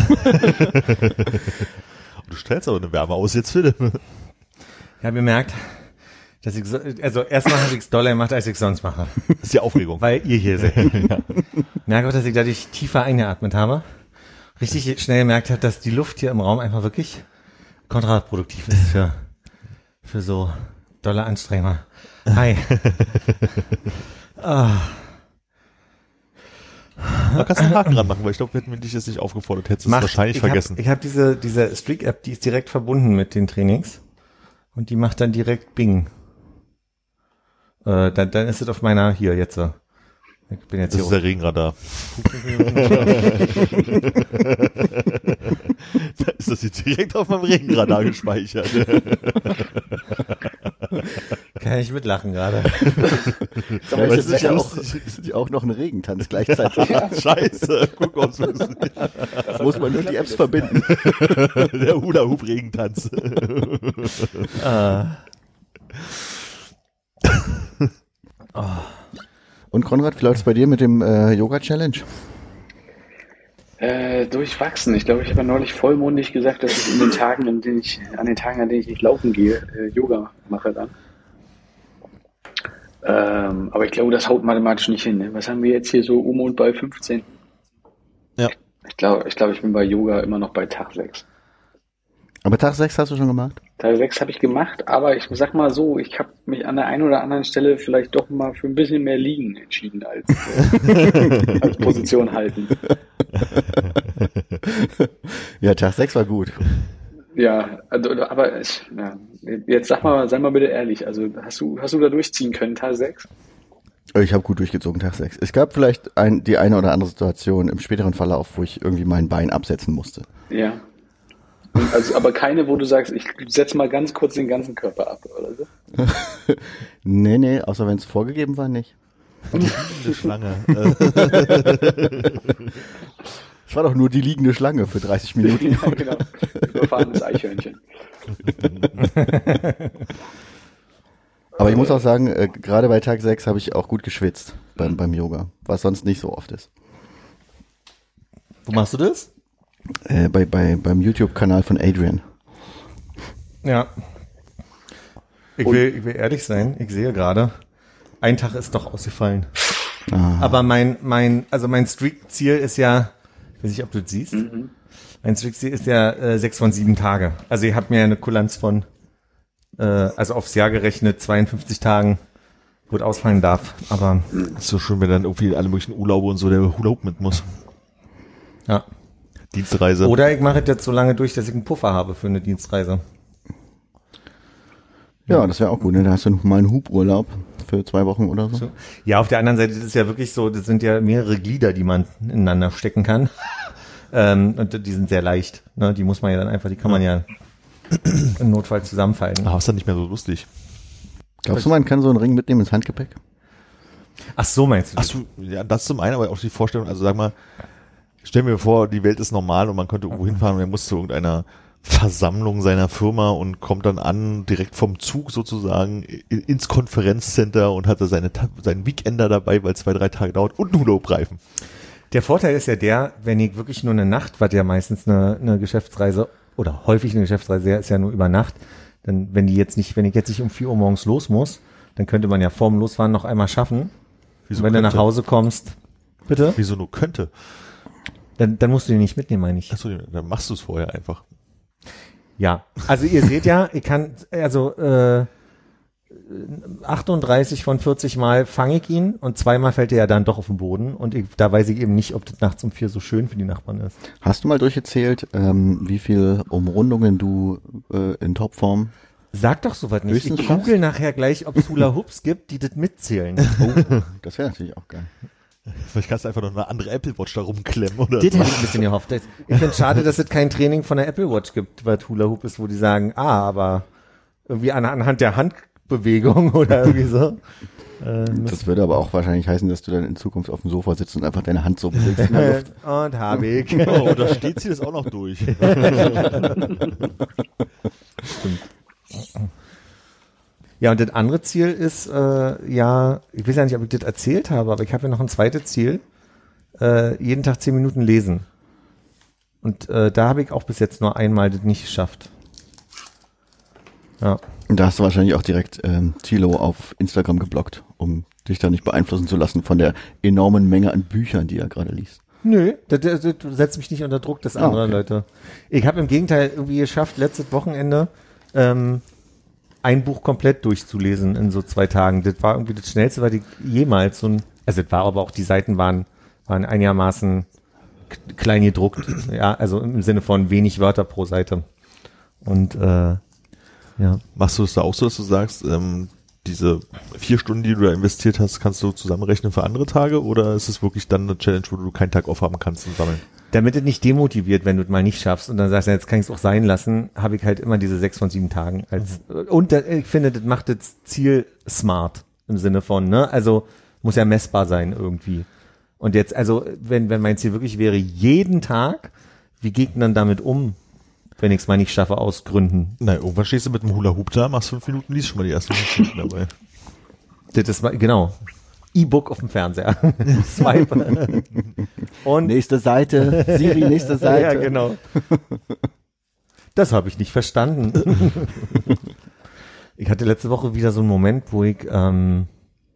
Du stellst aber eine Wärme aus jetzt, Philipp. Ich habe gemerkt, dass ich also erstmal habe ich es doller gemacht, als ich sonst mache. Das ist die Aufregung. Weil ihr hier seid. Ja. Merke auch, dass ich dadurch tiefer eingeatmet habe. Richtig schnell gemerkt habe, dass die Luft hier im Raum einfach wirklich kontraproduktiv ist für so dolle Anstrengung. Hi. Man kann einen Haken dran machen, weil ich glaube, hätten wir dich jetzt nicht aufgefordert, hättest du es wahrscheinlich vergessen. Ich habe diese Streak-App, die ist direkt verbunden mit den Trainings und die macht dann direkt Bing. Dann ist es auf meiner, hier, jetzt so. Ich bin jetzt Das hier ist der Regenradar. Da ist das jetzt direkt auf meinem Regenradar gespeichert. Kann ich mitlachen gerade. Vielleicht ist ja auch noch ein Regentanz gleichzeitig. Ja, scheiße. Guck aus. Muss man nur die Apps verbinden. Der Hula-Hoop-Regentanz. Und Konrad, wie läuft's bei dir mit dem Yoga-Challenge? Durchwachsen. Ich glaube, ich habe ja neulich vollmundig gesagt, dass ich an den Tagen, an denen ich nicht laufen gehe, Yoga mache dann. Aber ich glaube, das haut mathematisch nicht hin. Ne? Was haben wir jetzt hier so und bei 15? Ja. Ich glaube, ich bin bei Yoga immer noch bei Tag 6. Aber Tag 6 hast du schon gemacht? Tag 6 habe ich gemacht, aber ich sag mal so, ich habe mich an der einen oder anderen Stelle vielleicht doch mal für ein bisschen mehr Liegen entschieden als Position halten. Ja, Tag 6 war gut. Ja, aber jetzt sei mal bitte ehrlich, also hast du da durchziehen können, Tag 6? Ich habe gut durchgezogen, Tag 6. Es gab vielleicht die eine oder andere Situation im späteren Verlauf, wo ich irgendwie mein Bein absetzen musste. Ja. Also, aber keine, wo du sagst, ich setze mal ganz kurz den ganzen Körper ab, oder so? Nee, außer wenn es vorgegeben war, nicht. Die liegende Schlange. Es war doch nur die liegende Schlange für 30 Minuten. Ja, genau. Überfahrenes Eichhörnchen. Aber ich muss auch sagen, gerade bei Tag 6 habe ich auch gut geschwitzt beim Yoga, was sonst nicht so oft ist. Wo machst du das? Beim YouTube-Kanal von Adrian. Ja. Ich will ehrlich sein, ich sehe gerade, ein Tag ist doch ausgefallen. Aber mein Streak-Ziel ist ja, ich weiß nicht, ob du das siehst, mein Streak-Ziel ist ja 6 von 7 Tage. Also ihr habt mir ja eine Kulanz von, also aufs Jahr gerechnet, 52 Tagen, wo es ausfallen darf. Aber ist so schön, wenn dann irgendwie alle möglichen Urlaube und so der Hula Hoop mit muss. Ja. Dienstreise. Oder ich mache es jetzt so lange durch, dass ich einen Puffer habe für eine Dienstreise. Ja, das wäre auch gut, ne? Da hast du mal einen Huburlaub für 2 Wochen oder so. Ja, auf der anderen Seite ist es ja wirklich so, das sind ja mehrere Glieder, die man ineinander stecken kann. Und die sind sehr leicht. Ne? Die muss man ja dann einfach, die kann man ja im Notfall zusammenfalten. Aber ist dann nicht mehr so lustig. Glaubst du, man kann so einen Ring mitnehmen ins Handgepäck? Ach so, meinst du? Ach so, ja, das zum einen, aber auch die Vorstellung, also sag mal, stell mir vor, die Welt ist normal und man könnte irgendwo hinfahren und er muss zu irgendeiner Versammlung seiner Firma und kommt dann an, direkt vom Zug sozusagen ins Konferenzcenter und hatte seinen Weekender dabei, weil 2-3 Tage dauert und einen Hula-Hoop-Reifen. Der Vorteil ist ja der, wenn ich wirklich nur eine Nacht, was ja meistens eine Geschäftsreise oder häufig eine Geschäftsreise ist ja nur über Nacht, dann wenn ich jetzt nicht um 4 Uhr morgens los muss, dann könnte man ja vorm Losfahren noch einmal schaffen. Wieso wenn könnte? du nach Hause kommst, bitte? Wieso nur könnte? Dann musst du den nicht mitnehmen, meine ich. Achso, dann machst du es vorher einfach. Ja, also ihr seht ja, ich kann, also 38 von 40 Mal fange ich ihn und 2-mal fällt er ja dann doch auf den Boden und da weiß ich eben nicht, ob das nachts um 4 so schön für die Nachbarn ist. Hast du mal durchgezählt, wie viel Umrundungen du in Topform Sag doch sowas nicht. höchstens Ich schaffst? google nachher gleich, ob es Hula Hoops gibt, die das mitzählen. Oh, das wäre natürlich auch geil. Vielleicht kannst du einfach noch eine andere Apple Watch da rumklemmen, oder? Das hätte ich ein bisschen gehofft. Ich finde es schade, dass es kein Training von der Apple Watch gibt, was Hula Hoop ist, wo die sagen, aber irgendwie anhand der Handbewegung oder irgendwie so. Das würde aber auch wahrscheinlich heißen, dass du dann in Zukunft auf dem Sofa sitzt und einfach deine Hand so bewegst in der Luft. Und Habeck. Oh, da steht sie das auch noch durch. Stimmt. Ja, und das andere Ziel ist, ich weiß ja nicht, ob ich das erzählt habe, aber ich habe ja noch ein zweites Ziel. Jeden Tag 10 Minuten lesen. Und da habe ich auch bis jetzt nur einmal das nicht geschafft. Ja. Und da hast du wahrscheinlich auch direkt Thilo auf Instagram geblockt, um dich da nicht beeinflussen zu lassen von der enormen Menge an Büchern, die er gerade liest. Nö, das setzt mich nicht unter Druck, das andere, okay. Leute. Ich habe im Gegenteil irgendwie geschafft, letztes Wochenende ein Buch komplett durchzulesen in so 2 Tagen. Das war irgendwie das Schnellste, was ich jemals also das war aber auch, die Seiten waren einigermaßen klein gedruckt. Ja, also im Sinne von wenig Wörter pro Seite. Und ja. Machst du es da auch so, dass du sagst, diese 4 Stunden, die du da investiert hast, kannst du zusammenrechnen für andere Tage, oder ist es wirklich dann eine Challenge, wo du keinen Tag aufhaben kannst und sammeln? Damit es nicht demotiviert, wenn du es mal nicht schaffst und dann sagst, ja, jetzt kann ich es auch sein lassen, habe ich halt immer diese 6 von 7 Tagen als und ich finde, das macht das Ziel smart im Sinne von, ne? Also muss ja messbar sein irgendwie. Und jetzt, also wenn mein Ziel wirklich wäre, jeden Tag, wie geht denn dann damit um, wenn ich es mal nicht schaffe aus Gründen? Na, irgendwann stehst du mit dem Hula-Hoop da, machst 5 Minuten, liest schon mal die ersten 5 Minuten dabei. Das ist mal, genau. E-Book auf dem Fernseher. Swipe. Und nächste Seite, Siri, nächste Seite. Ja, genau. Das habe ich nicht verstanden. Ich hatte letzte Woche wieder so einen Moment, wo ich einen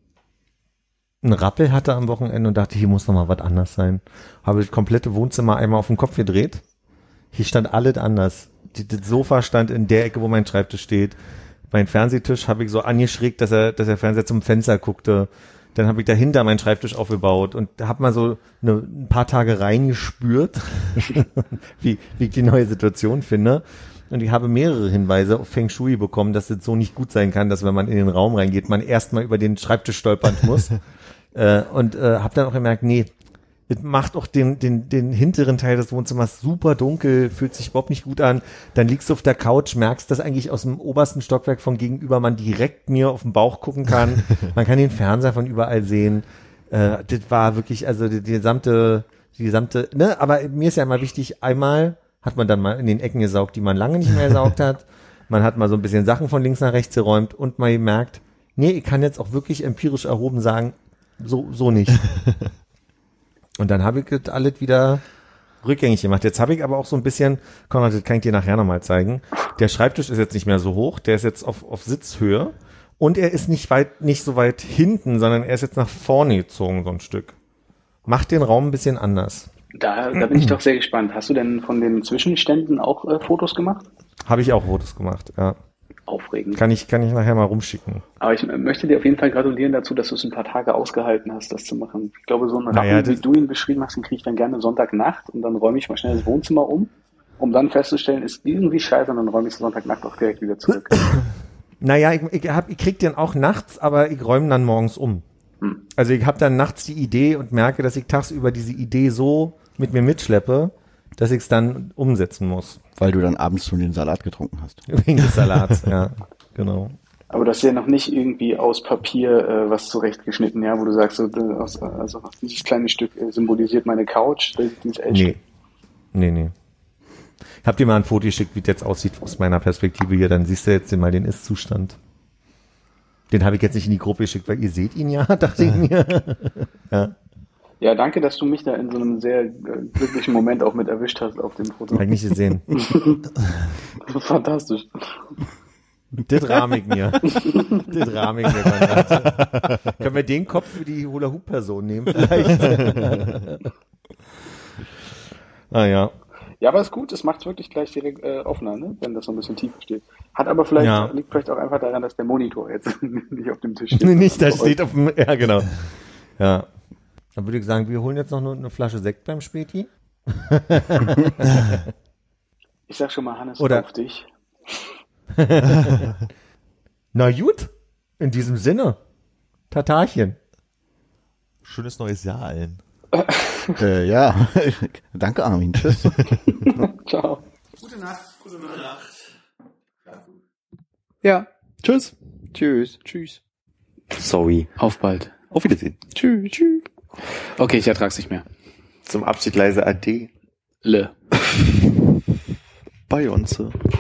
Rappel hatte am Wochenende und dachte, hier muss noch mal was anders sein. Habe das komplette Wohnzimmer einmal auf den Kopf gedreht. Hier stand alles anders. Das Sofa stand in der Ecke, wo mein Schreibtisch steht. Mein Fernsehtisch habe ich so angeschrägt, dass der Fernseher zum Fenster guckte. Dann habe ich dahinter meinen Schreibtisch aufgebaut und habe mal so ein paar Tage reingespürt, wie ich die neue Situation finde. Und ich habe mehrere Hinweise auf Feng Shui bekommen, dass es so nicht gut sein kann, dass wenn man in den Raum reingeht, man erstmal über den Schreibtisch stolpern muss. Und habe dann auch gemerkt, nee, es macht auch den hinteren Teil des Wohnzimmers super dunkel, fühlt sich überhaupt nicht gut an. Dann liegst du auf der Couch, merkst, dass eigentlich aus dem obersten Stockwerk von gegenüber man direkt mir auf den Bauch gucken kann. Man kann den Fernseher von überall sehen. Das war wirklich, also die gesamte, ne, aber mir ist ja immer wichtig, einmal hat man dann mal in den Ecken gesaugt, die man lange nicht mehr gesaugt hat. Man hat mal so ein bisschen Sachen von links nach rechts geräumt und man merkt, nee, ich kann jetzt auch wirklich empirisch erhoben sagen, so nicht. Und dann habe ich das alles wieder rückgängig gemacht. Jetzt habe ich aber auch so ein bisschen, Konrad, das kann ich dir nachher nochmal zeigen. Der Schreibtisch ist jetzt nicht mehr so hoch, der ist jetzt auf Sitzhöhe und er ist nicht so weit hinten, sondern er ist jetzt nach vorne gezogen, so ein Stück. Macht den Raum ein bisschen anders. Da bin ich doch sehr gespannt. Hast du denn von den Zwischenständen auch Fotos gemacht? Habe ich auch Fotos gemacht, ja. Aufregend. Kann ich nachher mal rumschicken. Aber ich möchte dir auf jeden Fall gratulieren dazu, dass du es ein paar Tage ausgehalten hast, das zu machen. Ich glaube, so einen Rappen, wie du ihn beschrieben hast, den kriege ich dann gerne Sonntagnacht und dann räume ich mal schnell das Wohnzimmer um dann festzustellen, ist irgendwie scheiße und dann räume ich es Sonntagnacht auch direkt wieder zurück. Naja, ich krieg den auch nachts, aber ich räume dann morgens um. Also ich habe dann nachts die Idee und merke, dass ich tagsüber diese Idee so mit mir mitschleppe, dass ich es dann umsetzen muss. Weil du dann abends schon den Salat getrunken hast. Wegen des Salats, ja, genau. Aber das ist ja noch nicht irgendwie aus Papier was zurechtgeschnitten, ja, wo du sagst, so, dieses kleine Stück symbolisiert meine Couch. Das ist echt Nee. Ich hab dir mal ein Foto geschickt, wie es jetzt aussieht aus meiner Perspektive hier, dann siehst du jetzt mal den Ist-Zustand. Den habe ich jetzt nicht in die Gruppe geschickt, weil ihr seht ihn ja, dachte ich mir. Ja. Ja, danke, dass du mich da in so einem sehr glücklichen Moment auch mit erwischt hast auf dem Foto. Hab ich nicht gesehen. Fantastisch. Das rahme ich mir. Konrad. Können wir den Kopf für die Hula-Hoop-Person nehmen vielleicht? Ja. Ja, aber ist gut, es macht es wirklich gleich direkt offener, ne? Wenn das so ein bisschen tiefer steht. Liegt vielleicht auch einfach daran, dass der Monitor jetzt nicht auf dem Tisch steht. Nicht, da steht auf dem, ja genau. Ja. Dann würde ich sagen, wir holen jetzt noch eine Flasche Sekt beim Späti. Ich sag schon mal, Hannes, auf dich. Na gut, in diesem Sinne. Tatarchen. Schönes neues Jahr allen. Ja, danke Armin. Tschüss. Ciao. Gute Nacht. Ja, tschüss. Tschüss. Tschüss. Sorry. Auf bald. Auf Wiedersehen. Tschüss. Okay, ich ertrag's nicht mehr. Zum Abschied leise Ade. Le. Bei uns.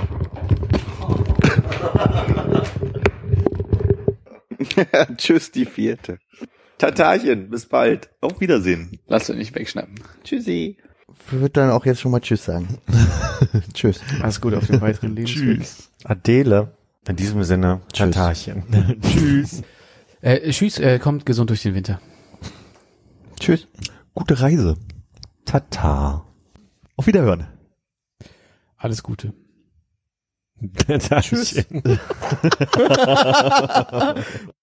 Tschüss, die 4. Tatarchen, bis bald. Auf Wiedersehen. Lass dich nicht wegschnappen. Tschüssi. Ich würde dann auch jetzt schon mal Tschüss sagen. Tschüss. Alles gut auf den weiteren Lebensweg. Tschüss. Adele. In diesem Sinne, Tatarchen. Tschüss. Tschüss, kommt gesund durch den Winter. Tschüss. Gute Reise. Tata. Auf Wiederhören. Alles Gute. Tschüss.